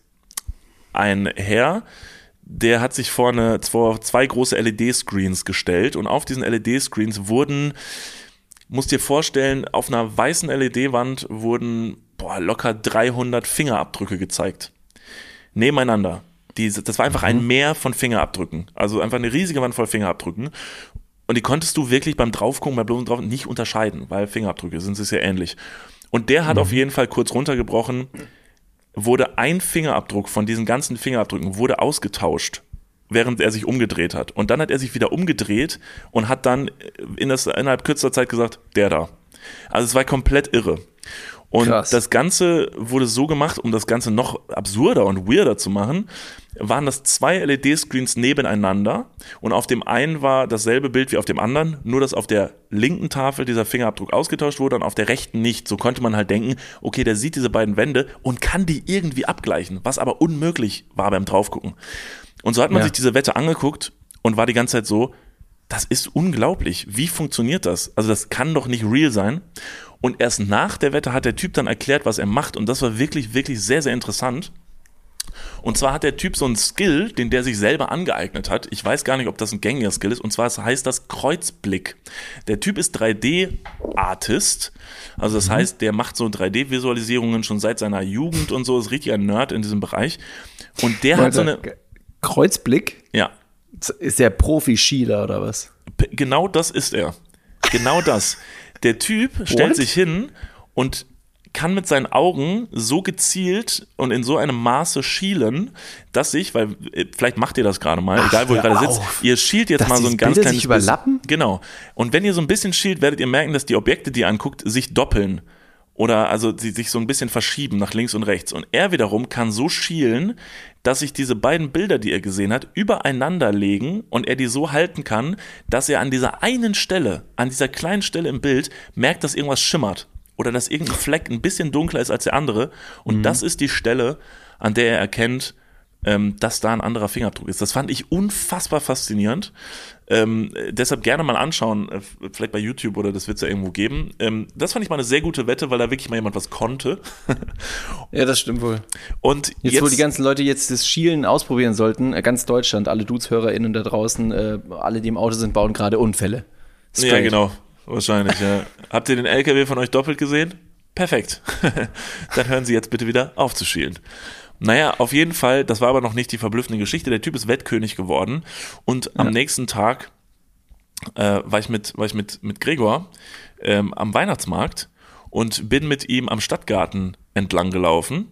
ein Herr, der hat sich vor, eine, vor zwei große L E D-Screens gestellt und auf diesen L E D-Screens wurden, musst dir vorstellen, auf einer weißen L E D-Wand wurden boah, locker dreihundert Fingerabdrücke gezeigt. Nebeneinander. Die, das war einfach ein Meer von Fingerabdrücken. Also einfach eine riesige Wand voll Fingerabdrücken. Und die konntest du wirklich beim Draufgucken, beim bloßen Drauf nicht unterscheiden, weil Fingerabdrücke sind es ja ähnlich. Und der hat mhm. auf jeden Fall kurz runtergebrochen, wurde ein Fingerabdruck von diesen ganzen Fingerabdrücken wurde ausgetauscht, während er sich umgedreht hat. Und dann hat er sich wieder umgedreht und hat dann in das, innerhalb kürzester Zeit gesagt, der da. Also es war komplett irre. Und Krass. Das Ganze wurde so gemacht, um das Ganze noch absurder und weirder zu machen, waren das zwei L E D-Screens nebeneinander und auf dem einen war dasselbe Bild wie auf dem anderen, nur dass auf der linken Tafel dieser Fingerabdruck ausgetauscht wurde und auf der rechten nicht. So konnte man halt denken, okay, der sieht diese beiden Wände und kann die irgendwie abgleichen, was aber unmöglich war beim Draufgucken. Und so hat man Ja. sich diese Wette angeguckt und war die ganze Zeit so, das ist unglaublich. Wie funktioniert das? Also das kann doch nicht real sein. Und erst nach der Wette hat der Typ dann erklärt, was er macht. Und das war wirklich, wirklich sehr, sehr interessant. Und zwar hat der Typ so einen Skill, den der sich selber angeeignet hat. Ich weiß gar nicht, ob das ein gängiger Skill ist. Und zwar heißt das Kreuzblick. Der Typ ist drei D-Artist. Also das heißt, der macht so drei D-Visualisierungen schon seit seiner Jugend und so. Ist richtig ein Nerd in diesem Bereich. Und der hat so eine... Kreuzblick? Ja. Ist der Profi-Schieler oder was? P- Genau das ist er. Genau das. Der Typ stellt What? sich hin und kann mit seinen Augen so gezielt und in so einem Maße schielen, dass sich, weil äh, vielleicht macht ihr das gerade mal, Ach, egal wo ihr hör gerade sitzt, auf. ihr schielt jetzt Dass mal so die ein ganz Bilder kleines sich überlappen? bisschen. Genau. Und wenn ihr so ein bisschen schielt, werdet ihr merken, dass die Objekte, die ihr anguckt, sich doppeln. Oder also sie sich so ein bisschen verschieben nach links und rechts. Und er wiederum kann so schielen, dass sich diese beiden Bilder, die er gesehen hat, übereinander legen und er die so halten kann, dass er an dieser einen Stelle, an dieser kleinen Stelle im Bild, merkt, dass irgendwas schimmert. Oder dass irgendein Fleck ein bisschen dunkler ist als der andere. Und mhm. das ist die Stelle, an der er erkennt, ähm, dass da ein anderer Fingerabdruck ist. Das fand ich unfassbar faszinierend. Ähm, deshalb gerne mal anschauen, äh, vielleicht bei YouTube oder das wird es ja irgendwo geben. Ähm, das fand ich mal eine sehr gute Wette, weil da wirklich mal jemand was konnte. Ja, das stimmt wohl. Und Jetzt, jetzt wo die ganzen Leute jetzt das Schielen ausprobieren sollten, äh, ganz Deutschland, alle Dudes-HörerInnen da draußen, äh, alle, die im Auto sind, bauen gerade Unfälle. Straight. Ja, genau. Wahrscheinlich, ja. Habt ihr den L K W von euch doppelt gesehen? Perfekt. Dann hören Sie jetzt bitte wieder auf zu schielen. Naja, auf jeden Fall, das war aber noch nicht die verblüffende Geschichte. Der Typ ist Wettkönig geworden und am Ja. nächsten Tag äh, war ich mit, war ich mit, mit Gregor ähm, am Weihnachtsmarkt und bin mit ihm am Stadtgarten entlang gelaufen.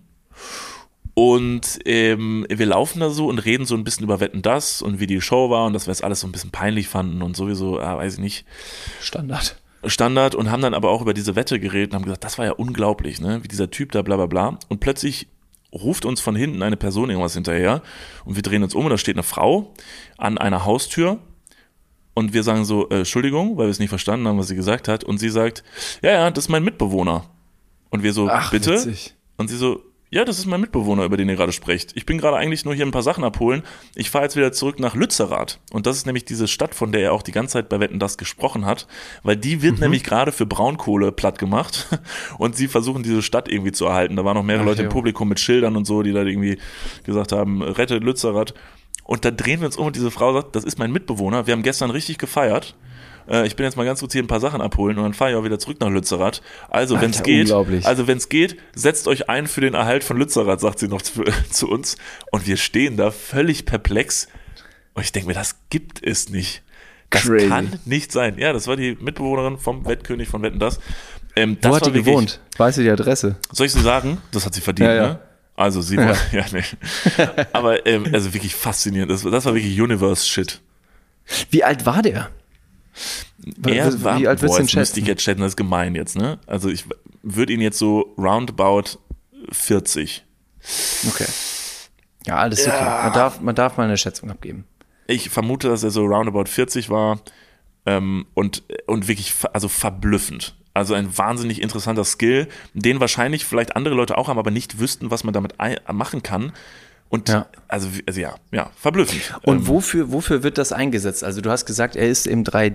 Und ähm, wir laufen da so und reden so ein bisschen über Wetten, das und wie die Show war und dass wir es alles so ein bisschen peinlich fanden und sowieso, ah, weiß ich nicht. Standard. Standard, und haben dann aber auch über diese Wette geredet und haben gesagt, das war ja unglaublich, ne? Wie dieser Typ da bla bla bla. Und plötzlich ruft uns von hinten eine Person irgendwas hinterher und wir drehen uns um und da steht eine Frau an einer Haustür und wir sagen so, äh, Entschuldigung, weil wir es nicht verstanden haben, was sie gesagt hat, und sie sagt, ja, ja, das ist mein Mitbewohner. Und wir so, Ach, bitte? Witzig. Und sie so, ja, das ist mein Mitbewohner, über den ihr gerade sprecht. Ich bin gerade eigentlich nur hier ein paar Sachen abholen. Ich fahre jetzt wieder zurück nach Lützerath. Und das ist nämlich diese Stadt, von der er auch die ganze Zeit bei Wetten, dass gesprochen hat. Weil die wird mhm. nämlich gerade für Braunkohle platt gemacht. Und sie versuchen, diese Stadt irgendwie zu erhalten. Da waren noch mehrere Ach, Leute jo. im Publikum mit Schildern und so, die da irgendwie gesagt haben, rettet Lützerath. Und dann drehen wir uns um und diese Frau sagt, das ist mein Mitbewohner. Wir haben gestern richtig gefeiert. Ich bin jetzt mal ganz kurz hier ein paar Sachen abholen und dann fahre ich auch wieder zurück nach Lützerath. Also wenn es geht, also wenn es geht, setzt euch ein für den Erhalt von Lützerath, sagt sie noch zu, zu uns. Und wir stehen da völlig perplex. Und ich denke mir, das gibt es nicht. Das Crazy. Kann nicht sein. Ja, das war die Mitbewohnerin vom Wettkönig von Wetten, dass. Ähm, das Wo hat die wirklich, gewohnt? Weißt du die Adresse? Soll ich so sagen? Das hat sie verdient, ja, ja. ne? Also sie war, ja, ja nee. Aber ähm, also wirklich faszinierend. Das, das war wirklich Universe-Shit. Wie alt war der? Er war, wie alt boah, du jetzt müsste ich jetzt schätzen, das ist gemein jetzt, ne? Also ich würde ihn jetzt so roundabout vierzig. Okay. Ja, alles ja. okay. Man darf, man darf mal eine Schätzung abgeben. Ich vermute, dass er so roundabout vierzig war ähm, und, und wirklich also verblüffend. Also ein wahnsinnig interessanter Skill, den wahrscheinlich vielleicht andere Leute auch haben, aber nicht wüssten, was man damit machen kann. Und ja. Also, also ja, ja, verblüffend. Und ähm, wofür, wofür wird das eingesetzt? Also du hast gesagt, er ist im drei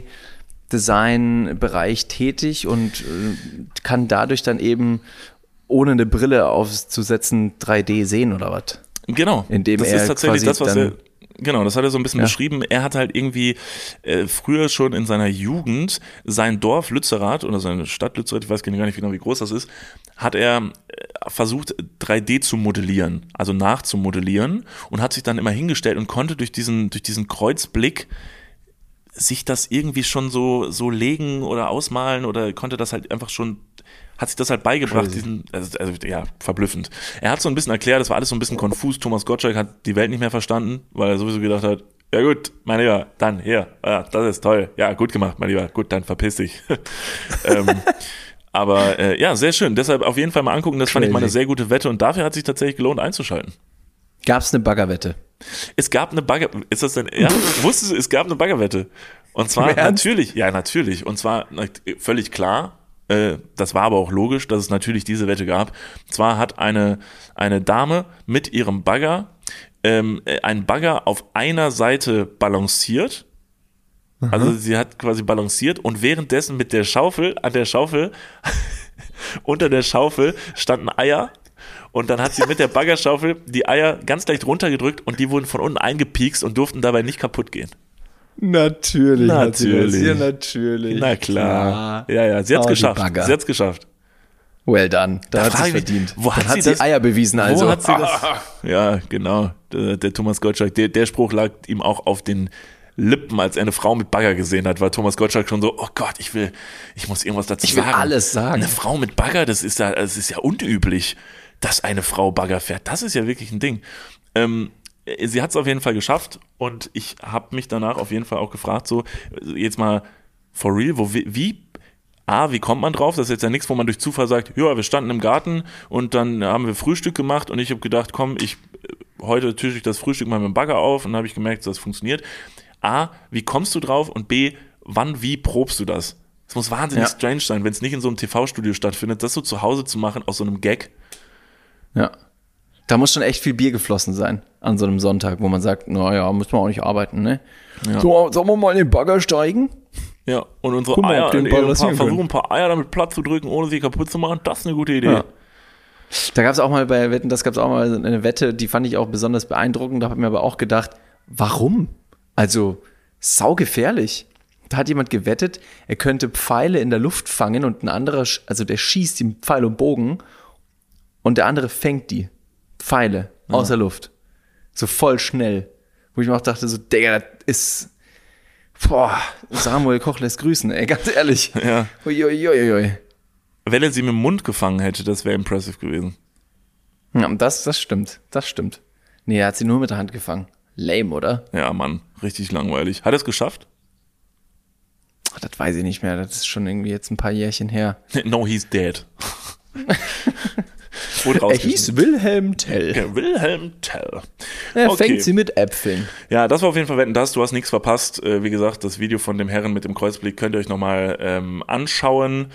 D-Design-Bereich tätig und äh, kann dadurch dann eben, ohne eine Brille aufzusetzen, drei D sehen oder was? Genau. Indem das er ist tatsächlich quasi das, was dann er... Genau, das hat er so ein bisschen ja. beschrieben. Er hat halt irgendwie äh, früher schon in seiner Jugend sein Dorf Lützerath oder seine Stadt Lützerath, ich weiß gar nicht genau, wie groß das ist, hat er äh, versucht drei D zu modellieren, also nachzumodellieren, und hat sich dann immer hingestellt und konnte durch diesen, durch diesen Kreuzblick sich das irgendwie schon so, so legen oder ausmalen oder konnte das halt einfach schon, hat sich das halt beigebracht, Crazy. diesen, also, also ja, verblüffend. Er hat so ein bisschen erklärt, das war alles so ein bisschen konfus. Thomas Gottschalk hat die Welt nicht mehr verstanden, weil er sowieso gedacht hat, ja gut, mein Lieber, dann hier, ja, das ist toll, ja, gut gemacht, mein Lieber, gut, dann verpiss dich. ähm, aber äh, ja, sehr schön, deshalb auf jeden Fall mal angucken, das Crazy. Fand ich mal eine sehr gute Wette und dafür hat sich tatsächlich gelohnt einzuschalten. Gab es eine Baggerwette? Es gab eine Bagger, ist das denn, ja, wusstest du, es gab eine Baggerwette. Und zwar natürlich, ja natürlich, und zwar völlig klar, äh, das war aber auch logisch, dass es natürlich diese Wette gab. Und zwar hat eine, eine Dame mit ihrem Bagger ähm, einen Bagger auf einer Seite balanciert. Mhm. Also sie hat quasi balanciert und währenddessen mit der Schaufel, an der Schaufel, unter der Schaufel standen Eier. Und dann hat sie mit der Baggerschaufel die Eier ganz leicht runtergedrückt und die wurden von unten eingepiekst und durften dabei nicht kaputt gehen. Natürlich. Natürlich. Ja, natürlich. Na klar. Ja, ja, sie hat's oh, geschafft. Sie hat's geschafft. Well done. Da, da hat sie verdient. Wo hat, hat sie das? Eier bewiesen also. Wo hat sie das? Ja, genau. Der, der Thomas Gottschalk, der, der Spruch lag ihm auch auf den Lippen, als er eine Frau mit Bagger gesehen hat, war Thomas Gottschalk schon so, oh Gott, ich will, ich muss irgendwas dazu ich will sagen. alles sagen. Eine Frau mit Bagger, das ist ja, das ist ja unüblich, dass eine Frau Bagger fährt. Das ist ja wirklich ein Ding. Ähm, sie hat es auf jeden Fall geschafft und ich habe mich danach auf jeden Fall auch gefragt, so, jetzt mal for real, wo, wie, A, wie kommt man drauf? Das ist jetzt ja nichts, wo man durch Zufall sagt, ja, wir standen im Garten und dann haben wir Frühstück gemacht und ich habe gedacht, komm, ich, heute tische ich das Frühstück mal mit dem Bagger auf und dann habe ich gemerkt, dass das funktioniert. A, wie kommst du drauf und B, wann, wie probst du das? Es muss wahnsinnig ja. strange sein, wenn es nicht in so einem T V-Studio stattfindet, das so zu Hause zu machen aus so einem Gag. Ja, da muss schon echt viel Bier geflossen sein an so einem Sonntag, wo man sagt, naja, müssen wir auch nicht arbeiten, ne? Ja. So, sollen wir mal in den Bagger steigen? Ja, und unsere mal, Eier, ein paar, versuchen ein paar Eier damit platt zu drücken, ohne sie kaputt zu machen, das ist eine gute Idee. Ja. Da gab es auch mal bei Wetten, das gab es auch mal eine Wette, die fand ich auch besonders beeindruckend, da habe ich mir aber auch gedacht, warum? Also, saugefährlich. Da hat jemand gewettet, er könnte Pfeile in der Luft fangen und ein anderer, also der schießt die Pfeil und Bogen und der andere fängt die Pfeile ja. aus der Luft. So voll schnell. Wo ich mir auch dachte, so, Digga, das ist, boah, Samuel Koch lässt grüßen, ey, ganz ehrlich. Ja. Uiuiuiui. Wenn er sie mit dem Mund gefangen hätte, das wäre impressive gewesen. Ja, das, das stimmt, das stimmt. Nee, er hat sie nur mit der Hand gefangen. Lame, oder? Ja, Mann, richtig langweilig. Hat er es geschafft? das weiß ich nicht mehr. Das ist schon irgendwie jetzt ein paar Jährchen her. No, he's dead. Er hieß Wilhelm Tell. Ja, Wilhelm Tell. Er Okay. fängt sie mit Äpfeln. Ja, das war auf jeden Fall Wetten, das. Du hast nichts verpasst. Äh, wie gesagt, das Video von dem Herren mit dem Kreuzblick könnt ihr euch nochmal ähm, anschauen.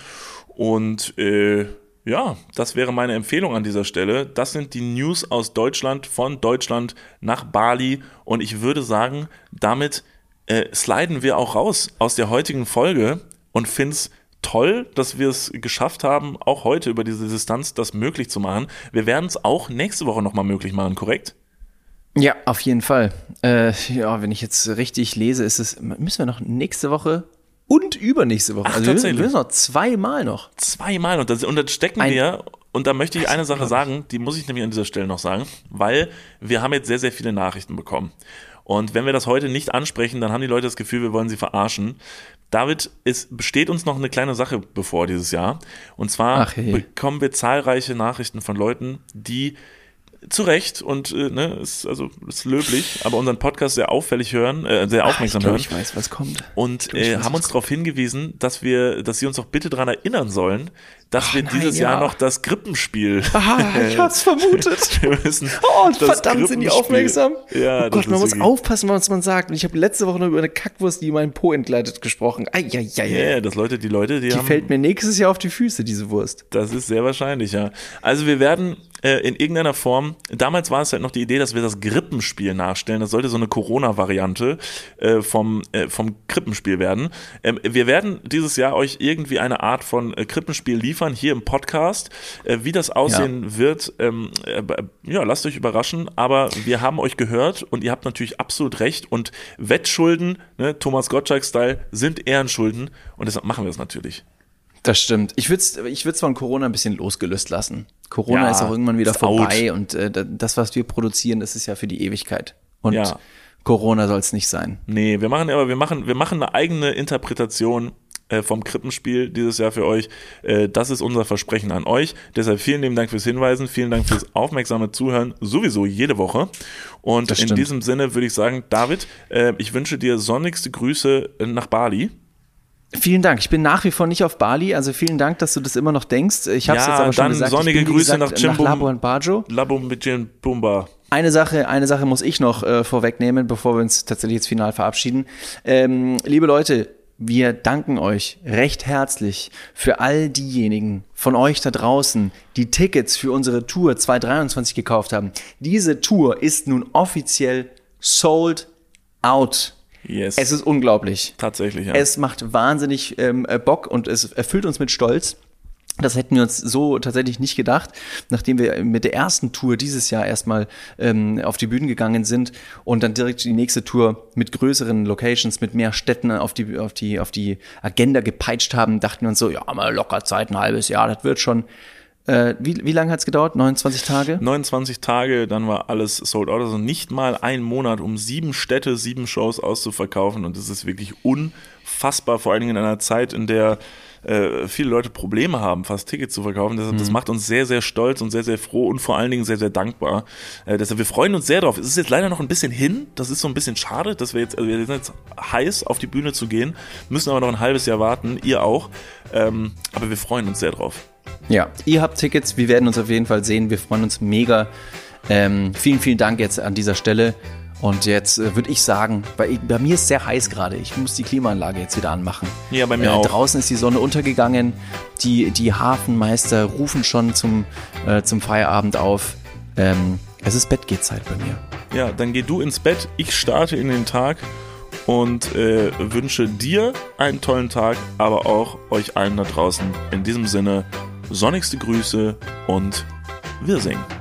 Und äh, ja, das wäre meine Empfehlung an dieser Stelle. Das sind die News aus Deutschland, von Deutschland nach Bali. Und ich würde sagen, damit äh, sliden wir auch raus aus der heutigen Folge und find's toll, dass wir es geschafft haben, auch heute über diese Distanz das möglich zu machen. Wir werden es auch nächste Woche nochmal möglich machen, korrekt? Ja, auf jeden Fall. Äh, ja, wenn ich jetzt richtig lese, ist es, müssen wir noch nächste Woche und übernächste Woche. Ach, also wir tatsächlich? müssen noch zweimal noch. Zweimal. Und das, und das stecken Ein- wir, und da möchte ich eine Sache sagen, die muss ich nämlich an dieser Stelle noch sagen, weil wir haben jetzt sehr, sehr viele Nachrichten bekommen. Und wenn wir das heute nicht ansprechen, dann haben die Leute das Gefühl, wir wollen sie verarschen. David, es besteht uns noch eine kleine Sache bevor dieses Jahr. Und zwar Ach, hey. bekommen wir zahlreiche Nachrichten von Leuten, die zu Recht und äh, ne, ist also ist löblich, aber unseren Podcast sehr auffällig hören, äh, sehr aufmerksam ich glaub, hören. ich weiß, was kommt. Und glaub, ich äh, weiß, haben was uns darauf hingewiesen, dass wir, dass sie uns doch bitte daran erinnern sollen, dass Ach, wir nein, dieses ja. Jahr noch das Krippenspiel. Ah, ich hab's vermutet. wir müssen Oh, das verdammt, sind die Krippenspiel- aufmerksam. Ja, Oh das Gott, man ist muss wirklich- aufpassen, was man sagt. Und ich habe letzte Woche noch über eine Kackwurst, die in meinen Po entgleitet, gesprochen. Eieiei. Ja, yeah, das Leute, die Leute, die, Die haben, fällt mir nächstes Jahr auf die Füße, diese Wurst. das ist sehr wahrscheinlich, ja. Also wir werden äh, in irgendeiner Form, damals war es halt noch die Idee, dass wir das Grippenspiel nachstellen. Das sollte so eine Corona-Variante äh, vom, äh, vom Krippenspiel werden. Ähm, wir werden dieses Jahr euch irgendwie eine Art von äh, Krippenspiel liefern, hier im Podcast. Äh, wie das aussehen ja. wird, ähm, äh, ja, lasst euch überraschen. Aber wir haben euch gehört und ihr habt natürlich absolut recht. Und Wettschulden, ne, Thomas Gottschalk-Style, sind Ehrenschulden. Und deshalb machen wir es natürlich. Das stimmt. Ich würde es ich würd's von Corona ein bisschen losgelöst lassen. Corona Ja, ist auch irgendwann wieder ist vorbei und äh, das, was wir produzieren, das ist ja für die Ewigkeit. Und Ja. Corona soll es nicht sein. Nee, wir machen aber wir machen wir machen eine eigene Interpretation äh, vom Krippenspiel dieses Jahr für euch. Äh, das ist unser Versprechen an euch. Deshalb vielen lieben Dank fürs Hinweisen, vielen Dank fürs aufmerksame Zuhören, sowieso jede Woche. Und Das in stimmt. diesem Sinne würde ich sagen, David, äh, ich wünsche dir sonnigste Grüße nach Bali. Vielen Dank. Ich bin nach wie vor nicht auf Bali, also vielen Dank, dass du das immer noch denkst. Ich habe es Ja, jetzt aber schon dann gesagt. sonnige ich bin, wie Grüße gesagt, nach Chimbum- nach Labuan Bajo. Labum mit Bumba. Eine Sache, eine Sache muss ich noch äh, vorwegnehmen, bevor wir uns tatsächlich jetzt final verabschieden. Ähm, liebe Leute, wir danken euch recht herzlich für all diejenigen von euch da draußen, die Tickets für unsere Tour zwanzig dreiundzwanzig gekauft haben. Diese Tour ist nun offiziell sold out. Yes. Es ist unglaublich. Tatsächlich, ja. Es macht wahnsinnig ähm, Bock und es erfüllt uns mit Stolz. Das hätten wir uns so tatsächlich nicht gedacht, nachdem wir mit der ersten Tour dieses Jahr erstmal ähm, auf die Bühnen gegangen sind und dann direkt die nächste Tour mit größeren Locations, mit mehr Städten auf die, auf die, auf die Agenda gepeitscht haben, dachten wir uns so, ja, mal locker Zeit, ein halbes Jahr, das wird schon. Äh, wie, wie lange hat es gedauert? neunundzwanzig Tage? neunundzwanzig Tage, dann war alles sold out. Also nicht mal ein Monat, um sieben Städte, sieben Shows auszuverkaufen. Und das ist wirklich unfassbar, vor allen Dingen in einer Zeit, in der äh, viele Leute Probleme haben, fast Tickets zu verkaufen. Deshalb, das macht uns sehr, sehr stolz und sehr, sehr froh und vor allen Dingen sehr, sehr dankbar. Äh, deshalb, wir freuen uns sehr drauf. Es ist jetzt leider noch ein bisschen hin. Das ist so ein bisschen schade, dass wir jetzt, also wir sind jetzt heiß, auf die Bühne zu gehen, müssen aber noch ein halbes Jahr warten. Ihr auch. Ähm, aber wir freuen uns sehr drauf. Ja, ihr habt Tickets, wir werden uns auf jeden Fall sehen, wir freuen uns mega. Ähm, vielen, vielen Dank jetzt an dieser Stelle. Und jetzt äh, würde ich sagen, weil ich, bei mir ist sehr heiß gerade, ich muss die Klimaanlage jetzt wieder anmachen. Ja, bei mir äh, auch. Draußen ist die Sonne untergegangen, die, die Hafenmeister rufen schon zum, äh, zum Feierabend auf. Ähm, es ist Bettgehzeit bei mir. Ja, dann geh du ins Bett, ich starte in den Tag und äh, wünsche dir einen tollen Tag, aber auch euch allen da draußen in diesem Sinne sonnigste Grüße und wir singen.